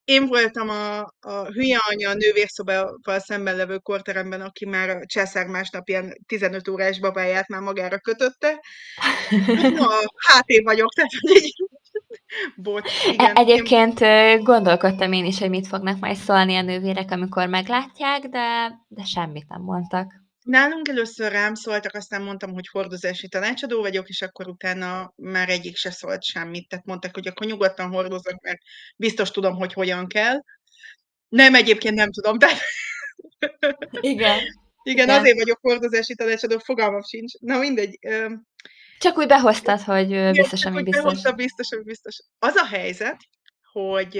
én voltam a, a hülye anya a nővérszobával szemben levő korteremben, aki már a császár másnap ilyen tizenöt órás babáját már magára kötötte. Ma a há té vagyok, tehát egy bocs, igen. Egyébként gondolkodtam én is, hogy mit fognak majd szólni a nővérek, amikor meglátják, de, de semmit nem mondtak. Nálunk először rám szóltak, aztán mondtam, hogy hordozási tanácsadó vagyok, és akkor utána már egyik se szólt semmit. Tehát mondták, hogy akkor nyugodtan hordozok, mert biztos tudom, hogy hogyan kell. Nem, egyébként nem tudom. Tehát... Igen. Igen, Igen, azért vagyok hordozási tanácsadó, fogalmam sincs. Na mindegy. Csak úgy behoztad, hogy biztos, ami biztos. Behozta, biztos, ami biztos. Az a helyzet, hogy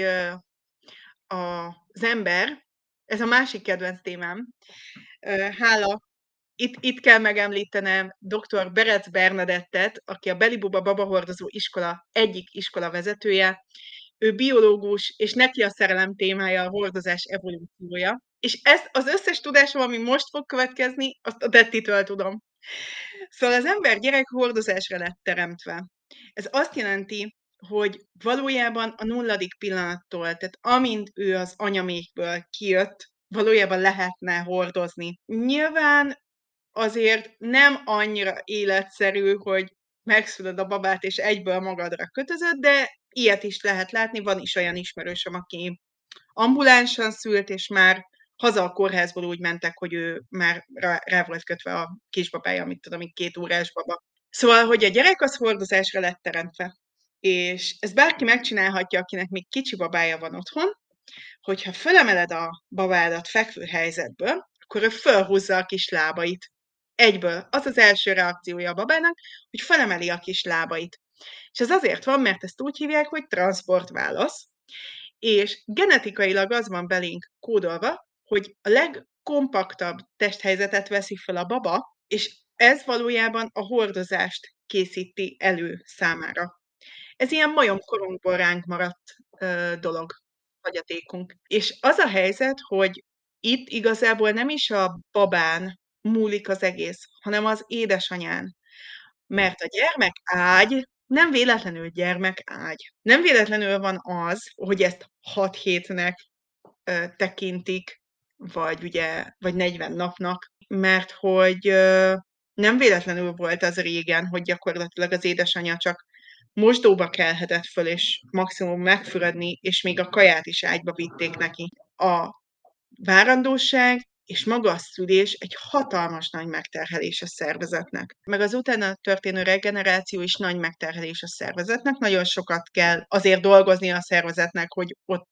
az ember, ez a másik kedvenc témám, hála, itt, itt kell megemlítenem doktor Berec Bernadettet, aki a Belibuba babahordozó iskola egyik iskola vezetője. Ő biológus, és neki a szerelem témája a hordozás evolúciója. És ezt az összes tudásom, ami most fog következni, azt a Dettitől tudom. Szóval az ember gyerek hordozásra lett teremtve. Ez azt jelenti, hogy valójában a nulladik pillanattól, tehát amint ő az anyamékből kijött, valójában lehetne hordozni. Nyilván azért nem annyira életszerű, hogy megszülöd a babát, és egyből magadra kötözöd, de ilyet is lehet látni, van is olyan ismerősöm, aki ambulánsan szült, és már haza a kórházból úgy mentek, hogy ő már rá, rá volt kötve a kisbabája, amit tudom, így két órás baba. Szóval, hogy a gyerek az hordozásra lett teremtve. És ezt bárki megcsinálhatja, akinek még kicsi babája van otthon, hogyha fölemeled a babádat fekvő helyzetből, akkor ő fölhúzza a kis lábait. Egyből. Az az első reakciója a babának, hogy felemeli a kis lábait. És ez azért van, mert ezt úgy hívják, hogy transportválasz, és genetikailag az van belénk kódolva, hogy a legkompaktabb testhelyzetet veszi fel a baba, és ez valójában a hordozást készíti elő számára. Ez ilyen majomkorunkból ránk maradt ö, dolog, hagyatékunk. És az a helyzet, hogy itt igazából nem is a babán múlik az egész, hanem az édesanyán. Mert a gyermekágy nem véletlenül gyermekágy. Nem véletlenül van az, hogy ezt hat hétnek ö, tekintik, vagy ugye, vagy negyven napnak, mert hogy ö, nem véletlenül volt az régen, hogy gyakorlatilag az édesanyja csak mosdóba kelhetett föl, és maximum megfürödni, és még a kaját is ágyba vitték neki. A várandóság és maga a szülés egy hatalmas nagy megterhelés a szervezetnek. Meg az utána történő regeneráció is nagy megterhelés a szervezetnek. Nagyon sokat kell azért dolgozni a szervezetnek, hogy ott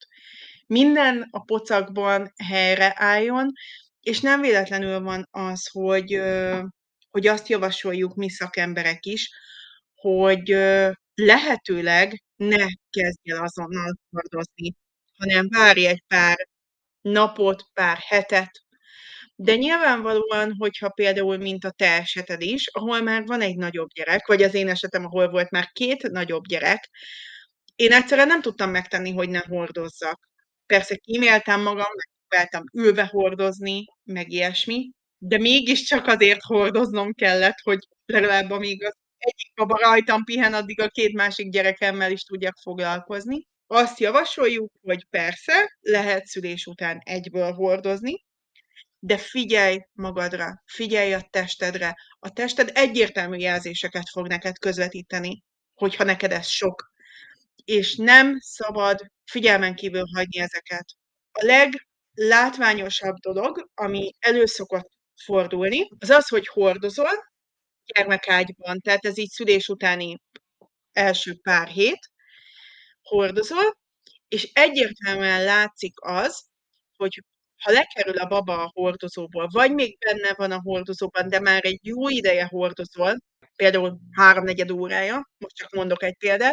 minden a pocakban helyre álljon, és nem véletlenül van az, hogy, hogy azt javasoljuk mi szakemberek is, hogy lehetőleg ne kezdj el azonnal hordozni, hanem várj egy pár napot, pár hetet. De nyilvánvalóan, hogyha például, mint a te eseted is, ahol már van egy nagyobb gyerek, vagy az én esetem, ahol volt már két nagyobb gyerek, én egyszerűen nem tudtam megtenni, hogy ne hordozzak. Persze kíméltem magam, megpróbáltam ülve hordozni, meg ilyesmi, de mégiscsak azért hordoznom kellett, hogy legalább amíg az egyik baba rajtam pihen, addig a két másik gyerekemmel is tudjak foglalkozni. Azt javasoljuk, hogy persze, lehet szülés után egyből hordozni, de figyelj magadra, figyelj a testedre. A tested egyértelmű jelzéseket fog neked közvetíteni, hogyha neked ez sok. És nem szabad figyelmen kívül hagyni ezeket. A leglátványosabb dolog, ami elő szokott fordulni, az az, hogy hordozol gyermekágyban, tehát ez így szülés utáni első pár hét, hordozol, és egyértelműen látszik az, hogy ha lekerül a baba a hordozóból, vagy még benne van a hordozóban, de már egy jó ideje hordozol, például háromnegyed órája, most csak mondok egy példát,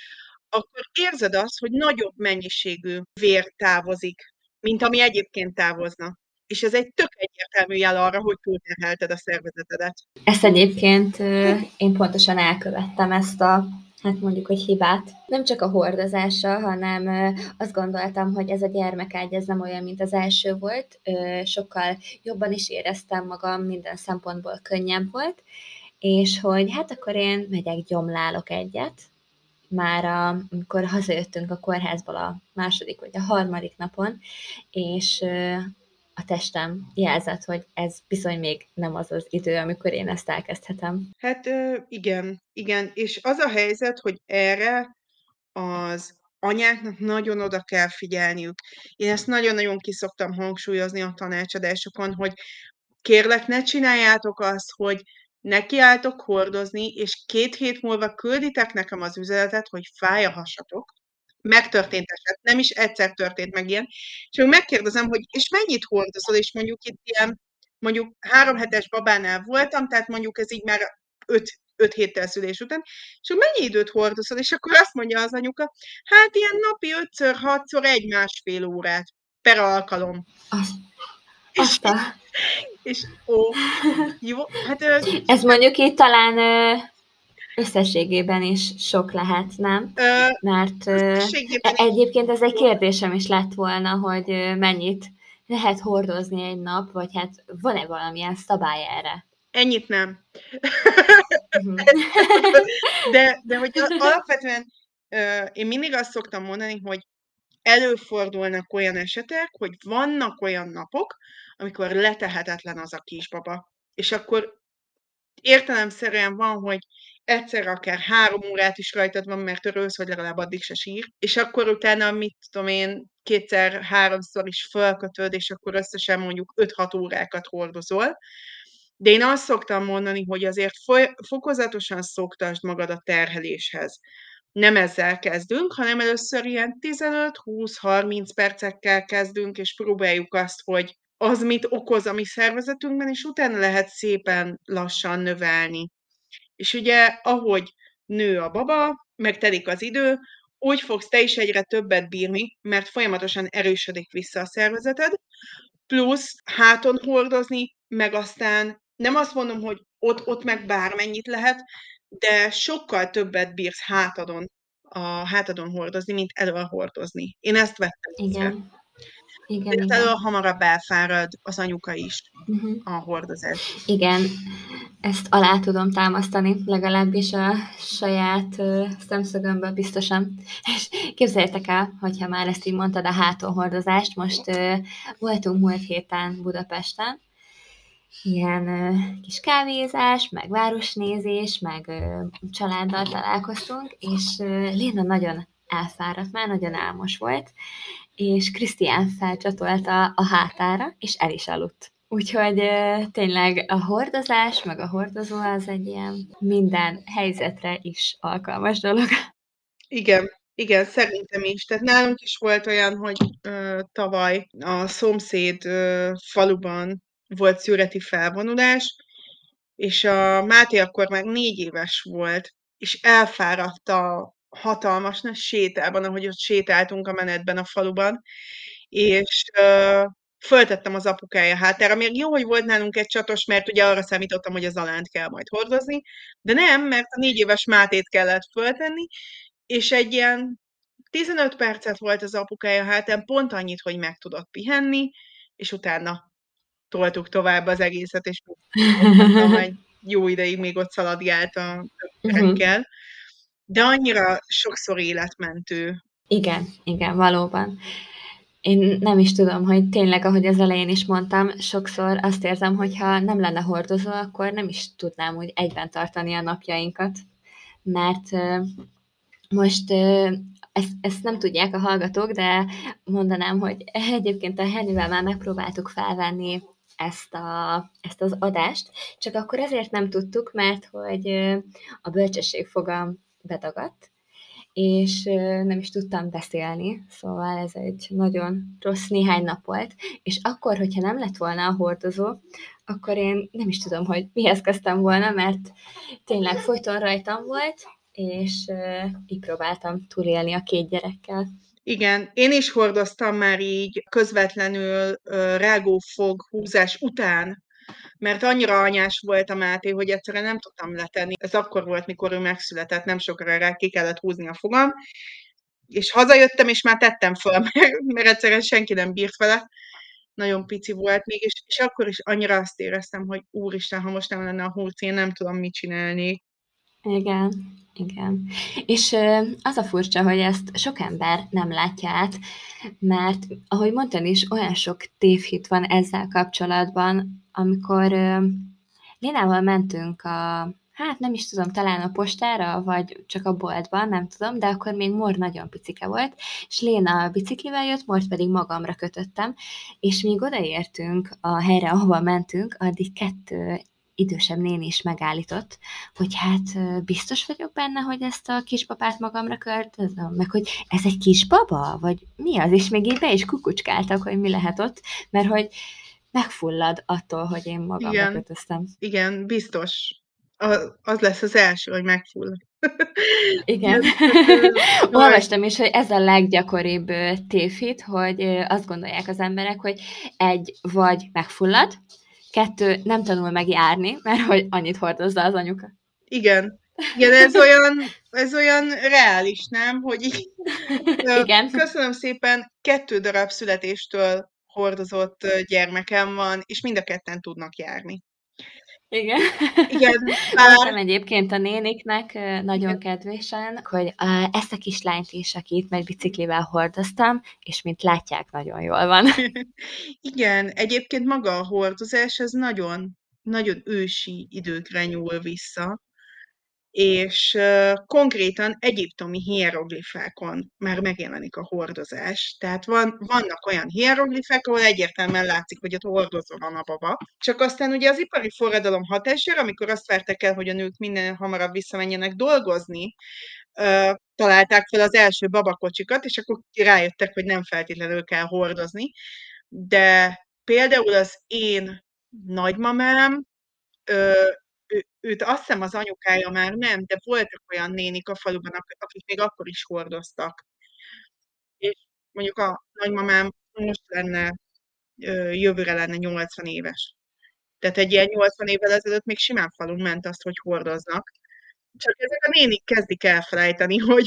akkor érzed azt, hogy nagyobb mennyiségű vér távozik, mint ami egyébként távozna. És ez egy tök egyértelmű jel arra, hogy túlterhelted a szervezetedet. Ezt egyébként én pontosan elkövettem ezt a, hát mondjuk, hogy hibát. Nem csak a hordozása, hanem azt gondoltam, hogy ez a gyermekágy, ez nem olyan, mint az első volt. Sokkal jobban is éreztem magam, minden szempontból könnyebb volt, és hogy hát akkor én megyek, gyomlálok egyet, már a, amikor hazajöttünk a kórházból a második vagy a harmadik napon, és a testem jelzett, hogy ez bizony még nem az az idő, amikor én ezt elkezdhetem. Hát igen, igen, és az a helyzet, hogy erre az anyáknak nagyon oda kell figyelniük. Én ezt nagyon-nagyon ki szoktam hangsúlyozni a tanácsadásokon, hogy kérlek, ne csináljátok azt, hogy nekiálltok hordozni, és két hét múlva külditek nekem az üzenetet, hogy fáj a hasatok. Megtörtént eset, nem is egyszer történt meg ilyen, és akkor megkérdezem, hogy és mennyit hordozol, és mondjuk itt ilyen, mondjuk három hetes babánál voltam, tehát mondjuk ez így már öt, öt héttel szülés után, és akkor mennyi időt hordozol, és akkor azt mondja az anyuka, hát ilyen napi ötször, hatszor, egy másfél órát per alkalom. Az, azt a... És ó, jó, hát... Ö, ez mondjuk itt talán ö, összességében is sok lehet, nem? Ö, Mert ö, egyébként ez egy kérdésem is lett volna, hogy ö, mennyit lehet hordozni egy nap, vagy hát van-e valamilyen szabály erre? Ennyit nem. de, de hogy alapvetően ö, én mindig azt szoktam mondani, hogy előfordulnak olyan esetek, hogy vannak olyan napok, amikor letehetetlen az a kisbaba. És akkor értelemszerűen van, hogy egyszer akár három órát is rajtad van, mert örülsz, hogy legalább addig se sír, és akkor utána, mit tudom én, kétszer-háromszor is fölkötöd, és akkor összesen mondjuk öt-hat órákat hordozol. De én azt szoktam mondani, hogy azért foly- fokozatosan szoktasd magad a terheléshez. Nem ezzel kezdünk, hanem először ilyen tizenöt-húsz-harminc percekkel kezdünk, és próbáljuk azt, hogy az mit okoz a mi szervezetünkben, és utána lehet szépen lassan növelni. És ugye, ahogy nő a baba, megtelik az idő, úgy fogsz te is egyre többet bírni, mert folyamatosan erősödik vissza a szervezeted, plusz háton hordozni, meg aztán nem azt mondom, hogy ott, ott meg bármennyit lehet, de sokkal többet bírsz hátadon, a hátadon hordozni, mint elől hordozni. Én ezt vettem észre. Igen. Igen, De igen. elől hamarabb elfárad az anyuka is uh-huh. a hordozás. Igen, ezt alá tudom támasztani, legalábbis a saját uh, szemszögömből biztosan. És képzeljétek el, hogyha már ezt így mondtad, a hátonhordozást, most uh, voltunk múlt héten Budapesten, ilyen uh, kis kávézás, meg városnézés, meg uh, családdal találkoztunk, és uh, Léna nagyon elfáradt, már nagyon álmos volt, és Krisztián felcsatolta a hátára, és el is aludt. Úgyhogy uh, tényleg a hordozás, meg a hordozó az egy ilyen minden helyzetre is alkalmas dolog. Igen, igen, szerintem is. Tehát nálunk is volt olyan, hogy ö, tavaly a szomszéd ö, faluban volt szüreti felvonulás, és a Máté akkor már négy éves volt, és elfáradt a hatalmas nagy sétában, ahogy ott sétáltunk a menetben a faluban, és ö, föltettem az apukája hátára. Még jó, hogy volt nálunk egy csatos, mert ugye arra számítottam, hogy az Alánt kell majd hordozni, de nem, mert a négy éves Mátét kellett föltenni, és egy ilyen tizenöt percet volt az apukája hátán, pont annyit, hogy meg tudott pihenni, és utána toltuk tovább az egészet, és mondtam, egy jó ideig még ott szaladgált a többiekkel. De annyira sokszor életmentő. Igen, igen, valóban. Én nem is tudom, hogy tényleg, ahogy az elején is mondtam, sokszor azt érzem, hogy ha nem lenne hordozó, akkor nem is tudnám úgy egyben tartani a napjainkat. Mert uh, most uh, ezt, ezt nem tudják a hallgatók, de mondanám, hogy egyébként a Hennivel már megpróbáltuk felvenni ezt, a, ezt az adást, csak akkor ezért nem tudtuk, mert hogy uh, a bölcsesség fogam bedagadt, és nem is tudtam beszélni, szóval ez egy nagyon rossz néhány nap volt, és akkor, hogyha nem lett volna a hordozó, akkor én nem is tudom, hogy mihez kezdtem volna, mert tényleg folyton rajtam volt, és így próbáltam túlélni a két gyerekkel. Igen, én is hordoztam már így közvetlenül rágófog húzás után, mert annyira anyás volt a Máté, hogy egyszerűen nem tudtam letenni. Ez akkor volt, mikor ő megszületett, nem sokára rá ki kellett húzni a fogam, és hazajöttem, és már tettem fel, mert, mert egyszerűen senki nem bírt vele. Nagyon pici volt még, és, és akkor is annyira azt éreztem, hogy úristen, ha most nem lenne a hurc, én nem tudom, mit csinálni. Igen, igen. És ö, az a furcsa, hogy ezt sok ember nem látja át, mert ahogy mondtad is, olyan sok tévhit van ezzel kapcsolatban, amikor ö, Lénával mentünk a, hát nem is tudom, talán a postára, vagy csak a boltban, nem tudom, de akkor még Mor nagyon picike volt, és Léna a biciklivel jött, Mort pedig magamra kötöttem, és míg odaértünk a helyre, ahova mentünk, addig kettő idősebb néni is megállított, hogy hát biztos vagyok benne, hogy ezt a kisbabát magamra költözöm, meg hogy ez egy kisbaba, vagy mi az, és még így be is kukucskáltak, hogy mi lehet ott, mert hogy megfullad attól, hogy én magamra Igen, kötöztem. igen, biztos. A- Az lesz az első, hogy megfullad. Igen. Jaj, Olvastam is, hogy ez a leggyakoribb ö, tévhit, hogy ö, azt gondolják az emberek, hogy egy, vagy megfullad, kettő, nem tanul meg járni, mert hogy annyit hordozza az anyuka. Igen. Igen, ez olyan, ez olyan reális, nem? Hogy így, ö, Igen. köszönöm szépen, kettő darab születéstől hordozott ö, gyermekem van, és mind a ketten tudnak járni. Igen. Igen, Mondtam bár, egyébként a néniknek ö, nagyon igen, kedvésen, hogy a, ezt a kislányt is, akit meg biciklivel hordoztam, és mint látják, nagyon jól van. igen, egyébként maga a hordozás, ez nagyon, nagyon ősi időkre nyúl vissza, és ö, konkrétan egyiptomi hieroglifákon már megjelenik a hordozás. Tehát van, vannak olyan hieroglifák, ahol egyértelműen látszik, hogy ott hordozva van a baba. Csak aztán ugye az ipari forradalom hatására, amikor azt várták el, hogy a nők minél hamarabb visszamenjenek dolgozni, ö, találták fel az első babakocsikat, és akkor rájöttek, hogy nem feltétlenül kell hordozni. De például az én nagymamám, ö, ő, őt azt hiszem az anyukája már nem, de voltak olyan nénik a faluban, ak- akik még akkor is hordoztak. És mondjuk a nagymamám most lenne, ö, jövőre lenne nyolcvan éves. Tehát egy ilyen nyolcvan évvel ezelőtt még simán falun ment azt, hogy hordoznak. Csak ezek a nénik kezdik elfelejteni, hogy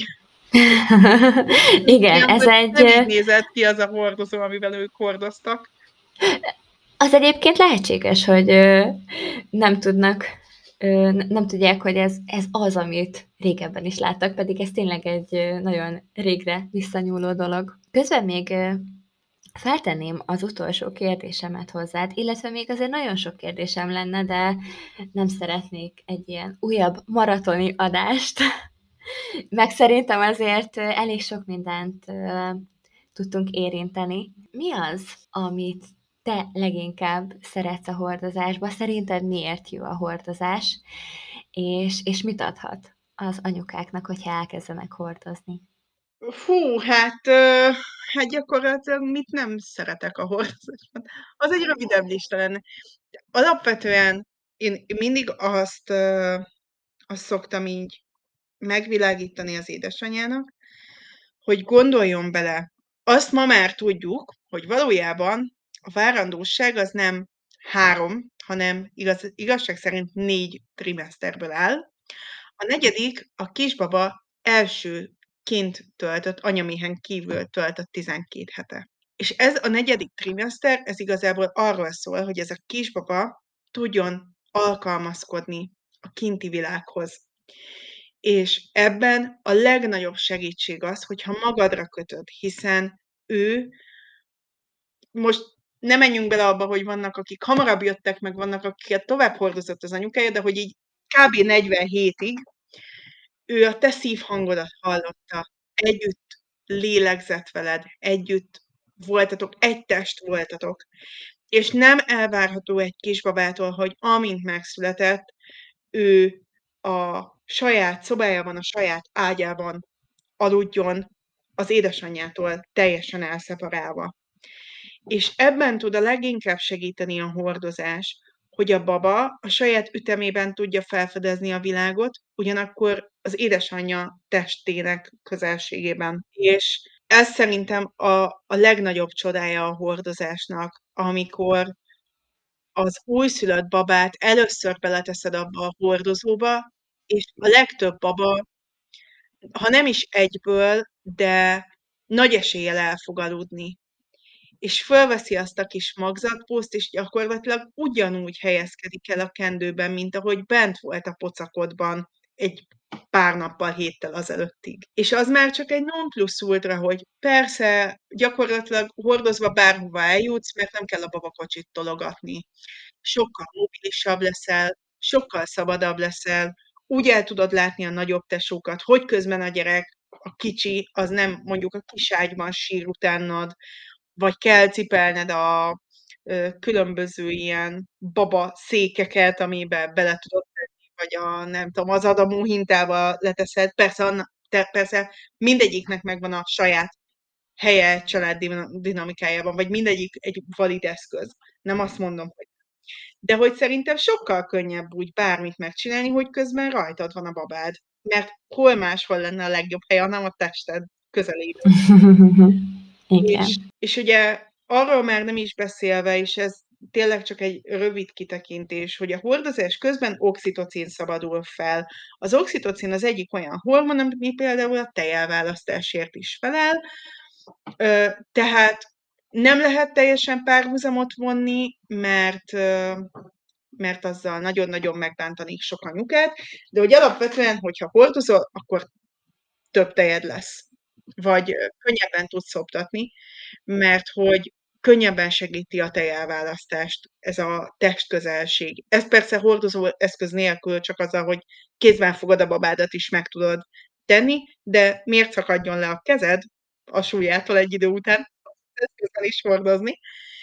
Igen, igen, ez hogy egy, nem így nézett ki az a hordozó, amivel ők hordoztak. az egyébként lehetséges, hogy ö, nem tudnak, ö, nem tudják, hogy ez, ez az, amit régebben is láttak, pedig ez tényleg egy ö, nagyon régre visszanyúló dolog. Közben még ö, feltenném az utolsó kérdésemet hozzád, illetve még azért nagyon sok kérdésem lenne, de nem szeretnék egy ilyen újabb maratoni adást. Meg szerintem azért ö, elég sok mindent ö, tudtunk érinteni. Mi az, amit te leginkább szeretsz a hordozásba? Szerinted miért jó a hordozás? És, és mit adhat az anyukáknak, hogyha elkezdenek hordozni? Fú, hát, ö, hát gyakorlatilag mit nem szeretek a hordozásban. Az egy rövidebb lista lenne. Alapvetően én mindig azt, ö, azt szoktam így megvilágítani az édesanyának, hogy gondoljon bele. Azt ma már tudjuk, hogy valójában a várandóság az nem három, hanem igaz, igazság szerint négy trimeszterből áll. A negyedik a kisbaba első kint töltött, anyaméhen kívül töltött tizenkét hete. És ez a negyedik trimester, ez igazából arról szól, hogy ez a kisbaba tudjon alkalmazkodni a kinti világhoz. És ebben a legnagyobb segítség az, hogyha magadra kötöd, hiszen ő, most ne menjünk bele abba, hogy vannak, akik hamarabb jöttek, meg vannak, akiket tovább hordozott az anyukája, de hogy így kb. negyven hétig ő a te szívhangodat hallotta, együtt lélegzett veled, együtt voltatok, egy test voltatok. És nem elvárható egy kisbabától, hogy amint megszületett, ő a saját szobájában, a saját ágyában aludjon az édesanyjától teljesen elszeparálva. És ebben tud a leginkább segíteni a hordozás, hogy a baba a saját ütemében tudja felfedezni a világot, ugyanakkor az édesanyja testének közelségében. És ez szerintem a, a legnagyobb csodája a hordozásnak, amikor az újszülött babát először beleteszed abba a hordozóba, és a legtöbb baba, ha nem is egyből, de nagy eséllyel el fog aludni. És fölveszi azt a kis magzatpószt, és gyakorlatilag ugyanúgy helyezkedik el a kendőben, mint ahogy bent volt a pocakodban egy pár nappal, héttel azelőttig. És az már csak egy non plus ultra, hogy persze gyakorlatilag hordozva bárhova eljutsz, mert nem kell a babakocsit tologatni. Sokkal mobilisabb leszel, sokkal szabadabb leszel, úgy el tudod látni a nagyobb tesókat, hogy közben a gyerek, a kicsi, az nem mondjuk a kiságyban sír utánad, vagy kell cipelned a ö, különböző ilyen baba székeket, amibe bele tudod tenni, vagy a, nem tudom, az adamú hintába leteszed. Persze, anna, te, persze mindegyiknek megvan a saját helye család dinamikájában, vagy mindegyik egy valid eszköz. Nem azt mondom, hogy de hogy szerintem sokkal könnyebb úgy bármit megcsinálni, hogy közben rajtad van a babád. Mert hol máshol lenne a legjobb hely, hanem a tested közelében. Igen. És, és ugye arról már nem is beszélve, és ez tényleg csak egy rövid kitekintés, hogy a hordozás közben oxitocin szabadul fel. Az oxitocin az egyik olyan hormon, ami például a tejelválasztásért is felel, Ö, tehát nem lehet teljesen párhuzamot vonni, mert, ö, mert azzal nagyon-nagyon megbántanék sok anyukát, de hogy alapvetően, hogyha hordozol, akkor több tejed lesz. Vagy ö, könnyebben tudsz szoptatni, mert hogy könnyebben segíti a tejelválasztást ez a testközelség. Ez persze hordozó eszköz nélkül, csak azzal, hogy kézben fogod a babádat is meg tudod tenni, de miért szakadjon le a kezed a súlyától egy idő után, eszközzel is hordozni.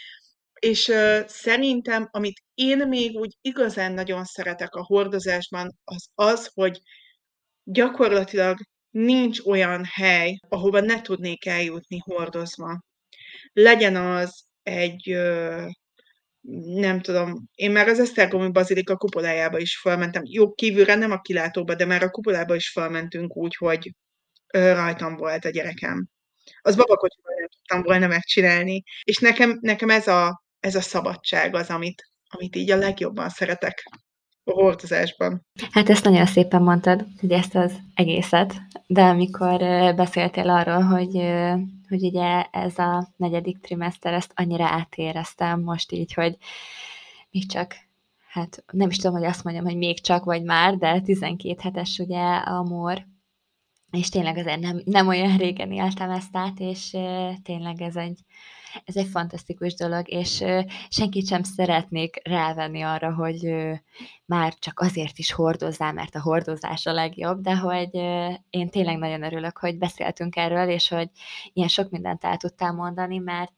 És uh, szerintem, amit én még úgy igazán nagyon szeretek a hordozásban, az az, hogy gyakorlatilag nincs olyan hely, ahova ne tudnék eljutni hordozva. Legyen az egy, ö, nem tudom, én már az Esztergomi Bazilika kupolájába is felmentem, jó, kívülre nem a kilátóba, de már a kupolába is felmentünk úgy, hogy ö, rajtam volt a gyerekem. Az babakocsiban nem tudtam volna megcsinálni. És nekem, nekem ez, a, ez a szabadság az, amit, amit így a legjobban szeretek a hordozásban. Hát ezt nagyon szépen mondtad, hogy ezt az egészet, de amikor beszéltél arról, hogy, hogy ugye ez a negyedik trimester, ezt annyira átéreztem most így, hogy még csak, hát nem is tudom, hogy azt mondjam, hogy még csak vagy már, de tizenkét hetes ugye a Mór, és tényleg azért nem, nem olyan régen éltem ezt át, és tényleg ez egy, ez egy fantasztikus dolog, és senkit sem szeretnék rávenni arra, hogy már csak azért is hordozzál, mert a hordozás a legjobb, de hogy én tényleg nagyon örülök, hogy beszéltünk erről, és hogy ilyen sok mindent el tudtál mondani, mert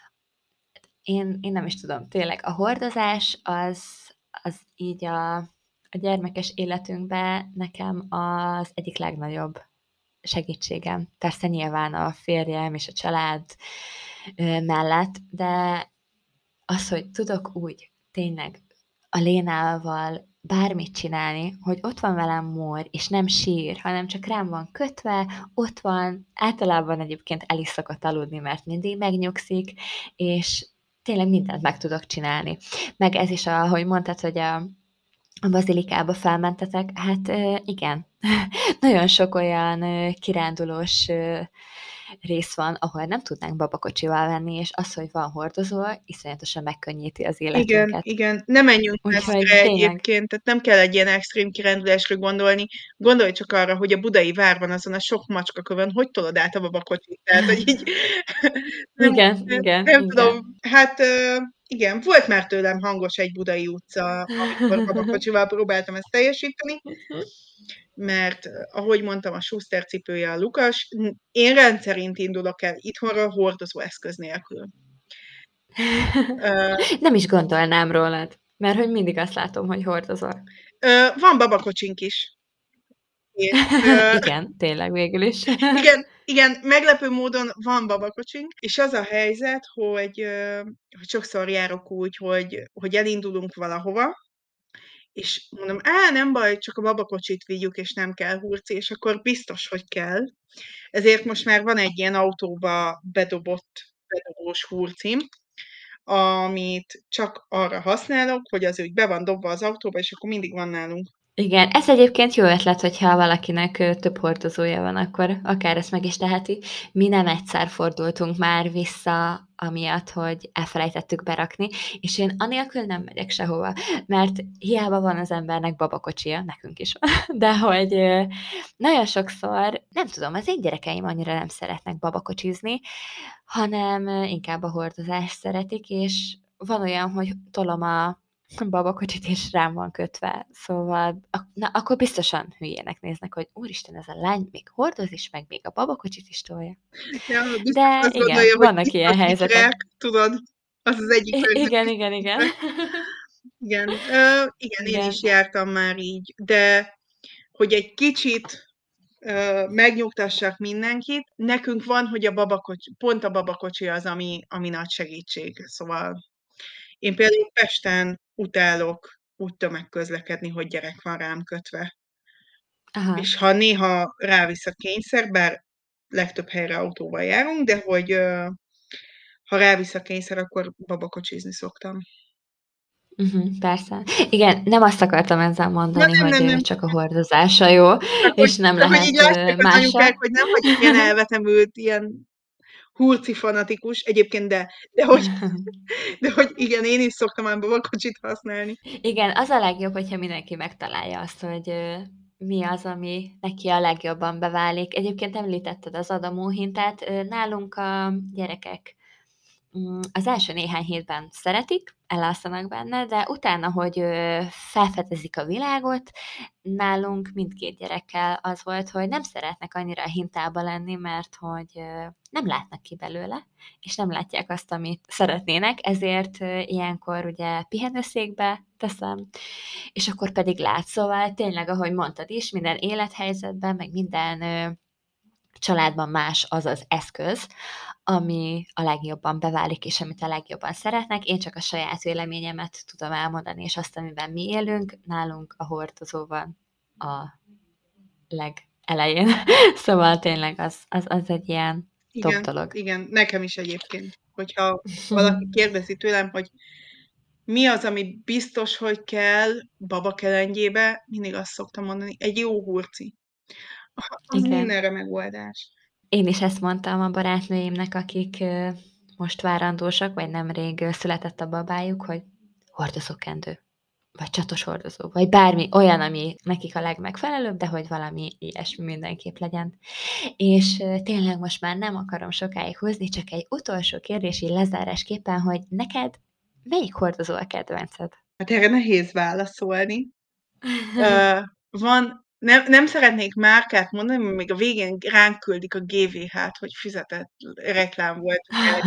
én, én nem is tudom, tényleg a hordozás az, az így a, a gyermekes életünkben nekem az egyik legnagyobb segítségem. Persze nyilván a férjem és a család mellett, de az, hogy tudok úgy tényleg a Lénával bármit csinálni, hogy ott van velem Mór, és nem sír, hanem csak rám van kötve, ott van, általában egyébként el is szokott aludni, mert mindig megnyugszik, és tényleg mindent meg tudok csinálni. Meg ez is, ahogy mondtad, hogy a a bazilikába felmentetek, hát igen, nagyon sok olyan kirándulós rész van, ahol nem tudnánk babakocsival venni, és az, hogy van hordozó, iszonyatosan megkönnyíti az életünket. Igen, igen. Ne menjünk messzire egyébként, tehát nem kell egy ilyen extrém kirándulásra gondolni. Gondolj csak arra, hogy a budai várban azon a sok macskakövön hogy tolod át a babakocsit. Tehát, hogy így... nem, igen, nem, igen. Nem igen. tudom, hát... Igen, volt már tőlem hangos egy budai utca, amikor babakocsival próbáltam ezt teljesíteni, mert ahogy mondtam, a Schuster cipője a Lukas, én rendszerint indulok el itthonról hordozó eszköz nélkül. Nem is gondolnám rólad, mert hogy mindig azt látom, hogy hordozol. Van babakocsink is. És, igen, tényleg végül is. igen, igen, meglepő módon van babakocsink, és az a helyzet, hogy, hogy sokszor járok úgy, hogy, hogy elindulunk valahova, és mondom, á, nem baj, csak a babakocsit vigyük, és nem kell hurci, és akkor biztos, hogy kell. Ezért most már van egy ilyen autóba bedobott, bedobós hurcim, amit csak arra használok, hogy az úgy be van dobva az autóba, és akkor mindig van nálunk Igen, ez egyébként jó ötlet, hogyha valakinek ö, több hordozója van, akkor akár ezt meg is teheti. Mi nem egyszer fordultunk már vissza, amiatt, hogy elfelejtettük berakni, és én anélkül nem megyek sehova, mert hiába van az embernek babakocsia, nekünk is van, de hogy ö, nagyon sokszor, nem tudom, az én gyerekeim annyira nem szeretnek babakocsizni, hanem ö, inkább a hordozást szeretik, és van olyan, hogy tolom a babakocsit, és rám van kötve, szóval ak- na, akkor biztosan hülyének néznek, hogy úristen, ez a lány még hordoz is, meg még a babakocsit is tolja. Ja, biztos De azt igen, gondolja, hogy vannak itt ilyen az helyzetek. ikrek, tudod, az az egyik I- igen, legnagyobb igen, igen. ikrek. Igen, ö, igen, én Igen. is jártam már így, de hogy egy kicsit ö, megnyugtassak mindenkit, nekünk van, hogy a babakocsi, pont a babakocsi az, ami, ami nagy segítség. Szóval én például Pesten utálok úgy tömegközlekedni, hogy gyerek van rám kötve. Aha. És ha néha rávisz a kényszer, bár legtöbb helyre autóval járunk, de hogy ö, ha rávisz a kényszer, akkor babakocsizni szoktam. Uh-huh, persze. Igen, nem azt akartam ezzel Na mondani, nem, hogy nem, ö, nem. csak a hordozása jó, Csak hogy, és nem csak hogy így lehet ö, lássák az anyukák, mással. hogy nem vagyok ilyen elvetemült, ilyen hurci fanatikus, egyébként de, de hogy, de hogy igen, én is szoktam ám babakocsit használni. Igen, az a legjobb, hogyha mindenki megtalálja azt, hogy ö, mi az, ami neki a legjobban beválik. Egyébként említetted az Adamó hintát, ö, nálunk a gyerekek mm, az első néhány hétben szeretik, elalszanak benne, de utána, hogy ö, felfedezik a világot, nálunk mindkét gyerekkel az volt, hogy nem szeretnek annyira a hintába lenni, mert hogy ö, nem látnak ki belőle, és nem látják azt, amit szeretnének, ezért ö, ilyenkor ugye pihenőszékbe teszem, és akkor pedig lát. Szóval tényleg, ahogy mondtad is, minden élethelyzetben, meg minden ö, családban más az az eszköz, ami a legjobban beválik, és amit a legjobban szeretnek. Én csak a saját véleményemet tudom elmondani, és azt, amiben mi élünk, nálunk a hordozó van a legelején. Szóval tényleg az, az, az egy ilyen top Igen, dolog. igen, nekem is egyébként. Hogyha valaki kérdezi tőlem, hogy mi az, ami biztos, hogy kell babakelendjébe, mindig azt szoktam mondani, egy jó hurci. Az Igen. mindenre megoldás. Én is ezt mondtam a barátnőimnek, akik ö, most várandósak, vagy nemrég ö, született a babájuk, hogy hordozókendő, vagy csatos hordozó, vagy bármi olyan, ami nekik a legmegfelelőbb, de hogy valami ilyesmi mindenképp legyen. És ö, tényleg most már nem akarom sokáig húzni, csak egy utolsó kérdés így lezárásképpen, hogy neked melyik hordozó a kedvenced? Hát erre nehéz válaszolni. Ö, van, nem, nem szeretnék márkát mondani, mert még a végén ránk küldik a gé vé hát, hogy fizetett reklám volt.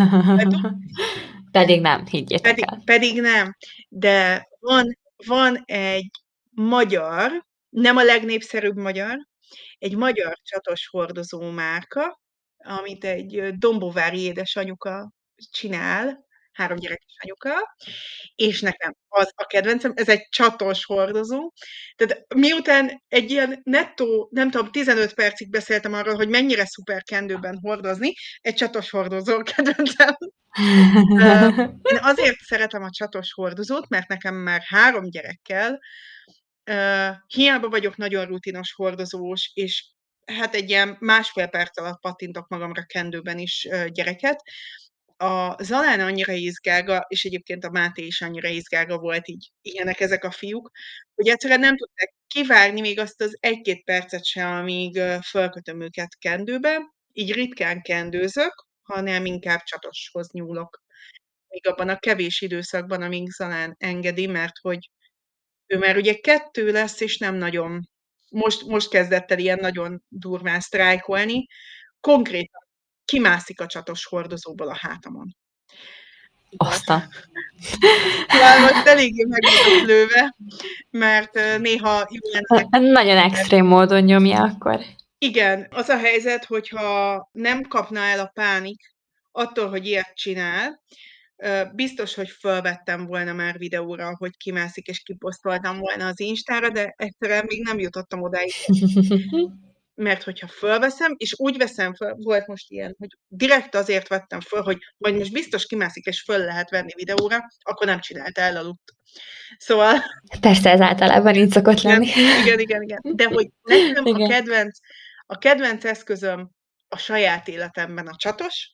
Pedig nem, higgyétek Pedig, el. pedig nem. De van, van egy magyar, nem a legnépszerűbb magyar, egy magyar csatos hordozó márka, amit egy ö, dombovári édesanyuka csinál, három gyerekes anyuka, és nekem az a kedvencem, ez egy csatos hordozó. Tehát miután egy ilyen nettó, nem tudom, tizenöt percig beszéltem arról, hogy mennyire szuper kendőben hordozni, egy csatos hordozó a kedvencem. Ö, Én azért szeretem a csatos hordozót, mert nekem már három gyerekkel, ö, hiába vagyok nagyon rutinos hordozós, és hát egy ilyen másfél perc alatt pattintok magamra kendőben is ö, gyereket. A Zalán annyira izgága, és egyébként a Máté is annyira izgága volt, így ilyenek ezek a fiúk, hogy egyszerűen nem tudták kivárni még azt az egy-két percet se, amíg ö, fölkötöm őket kendőbe. Így ritkán kendőzök, hanem inkább csatoshoz nyúlok. Még abban a kevés időszakban, amíg Zalán engedi, mert hogy ő már ugye kettő lesz, és nem nagyon, most, most kezdett el ilyen nagyon durván sztrájkolni, konkrétan kimászik a csatos hordozóból a hátamon. Azt a... Szóval most eléggé meg vagyok lőve, mert ö, néha Juliának Nagyon extrém módon nyomja akkor. igen, az a helyzet, hogyha nem kapna el a pánik attól, hogy ilyet csinál, ö, biztos, hogy fölvettem volna már videóra, hogy kimászik, és kiposztoltam volna az Instára, de egyszerűen még nem jutottam odáig. mert hogyha fölveszem, és úgy veszem föl, volt most ilyen, hogy direkt azért vettem föl, hogy majd most biztos kimászik, és föl lehet venni videóra, akkor nem csinálta, elaludt. Szóval... Persze, ez általában így szokott lenni. Nem, igen, igen, igen. De hogy nekem Igen. a kedvenc, a kedvenc eszközöm a saját életemben a csatos,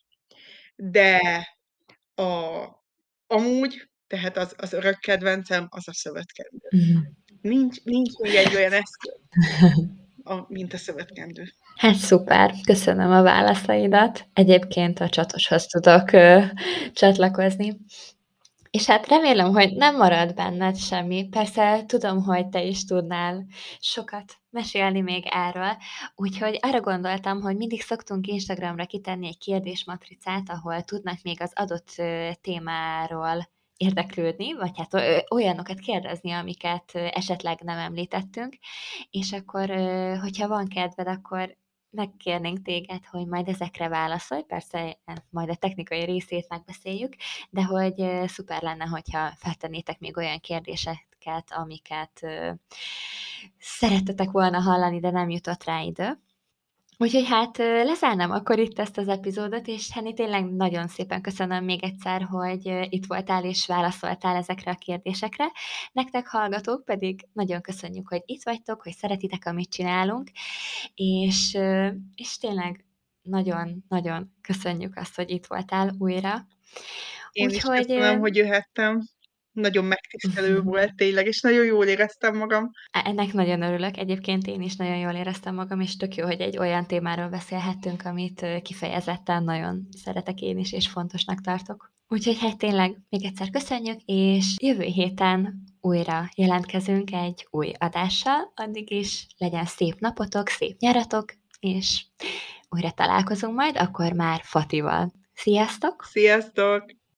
de a, amúgy, tehát az, az örök kedvencem, az a szövetkendő. Mhm. Nincs, nincs még egy olyan eszköz, a, mint a szövetkendő. Hát szuper, köszönöm a válaszaidat. Egyébként a csatoshoz tudok ö, csatlakozni. És hát remélem, hogy nem marad benned semmi. Persze tudom, hogy te is tudnál sokat mesélni még erről, úgyhogy arra gondoltam, hogy mindig szoktunk Instagramra kitenni egy kérdésmatricát, ahol tudnak még az adott ö, témáról érdeklődni, vagy hát ö, olyanokat kérdezni, amiket ö, esetleg nem említettünk, és akkor, ö, hogyha van kedved, akkor megkérnénk téged, hogy majd ezekre válaszolj, persze majd a technikai részét megbeszéljük, de hogy ö, szuper lenne, hogyha feltennétek még olyan kérdéseket, amiket ö, szerettetek volna hallani, de nem jutott rá idő. Úgyhogy hát ö, lezárnám akkor itt ezt az epizódot, és Henny, tényleg nagyon szépen köszönöm még egyszer, hogy ö, itt voltál és válaszoltál ezekre a kérdésekre. Nektek hallgatók pedig nagyon köszönjük, hogy itt vagytok, hogy szeretitek, amit csinálunk, és, ö, és tényleg nagyon-nagyon köszönjük azt, hogy itt voltál újra. Én Úgyhogy... is köszönöm, ö, hogy jöhettem. Nagyon megtisztelő volt tényleg, és nagyon jól éreztem magam. Ennek nagyon örülök. Egyébként én is nagyon jól éreztem magam, és tök jó, hogy egy olyan témáról beszélhettünk, amit ö, kifejezetten nagyon szeretek én is, és fontosnak tartok. Úgyhogy hát tényleg még egyszer köszönjük, és jövő héten újra jelentkezünk egy új adással. Addig is legyen szép napotok, szép nyaratok, és újra találkozunk majd, akkor már Fatival. Sziasztok! Sziasztok!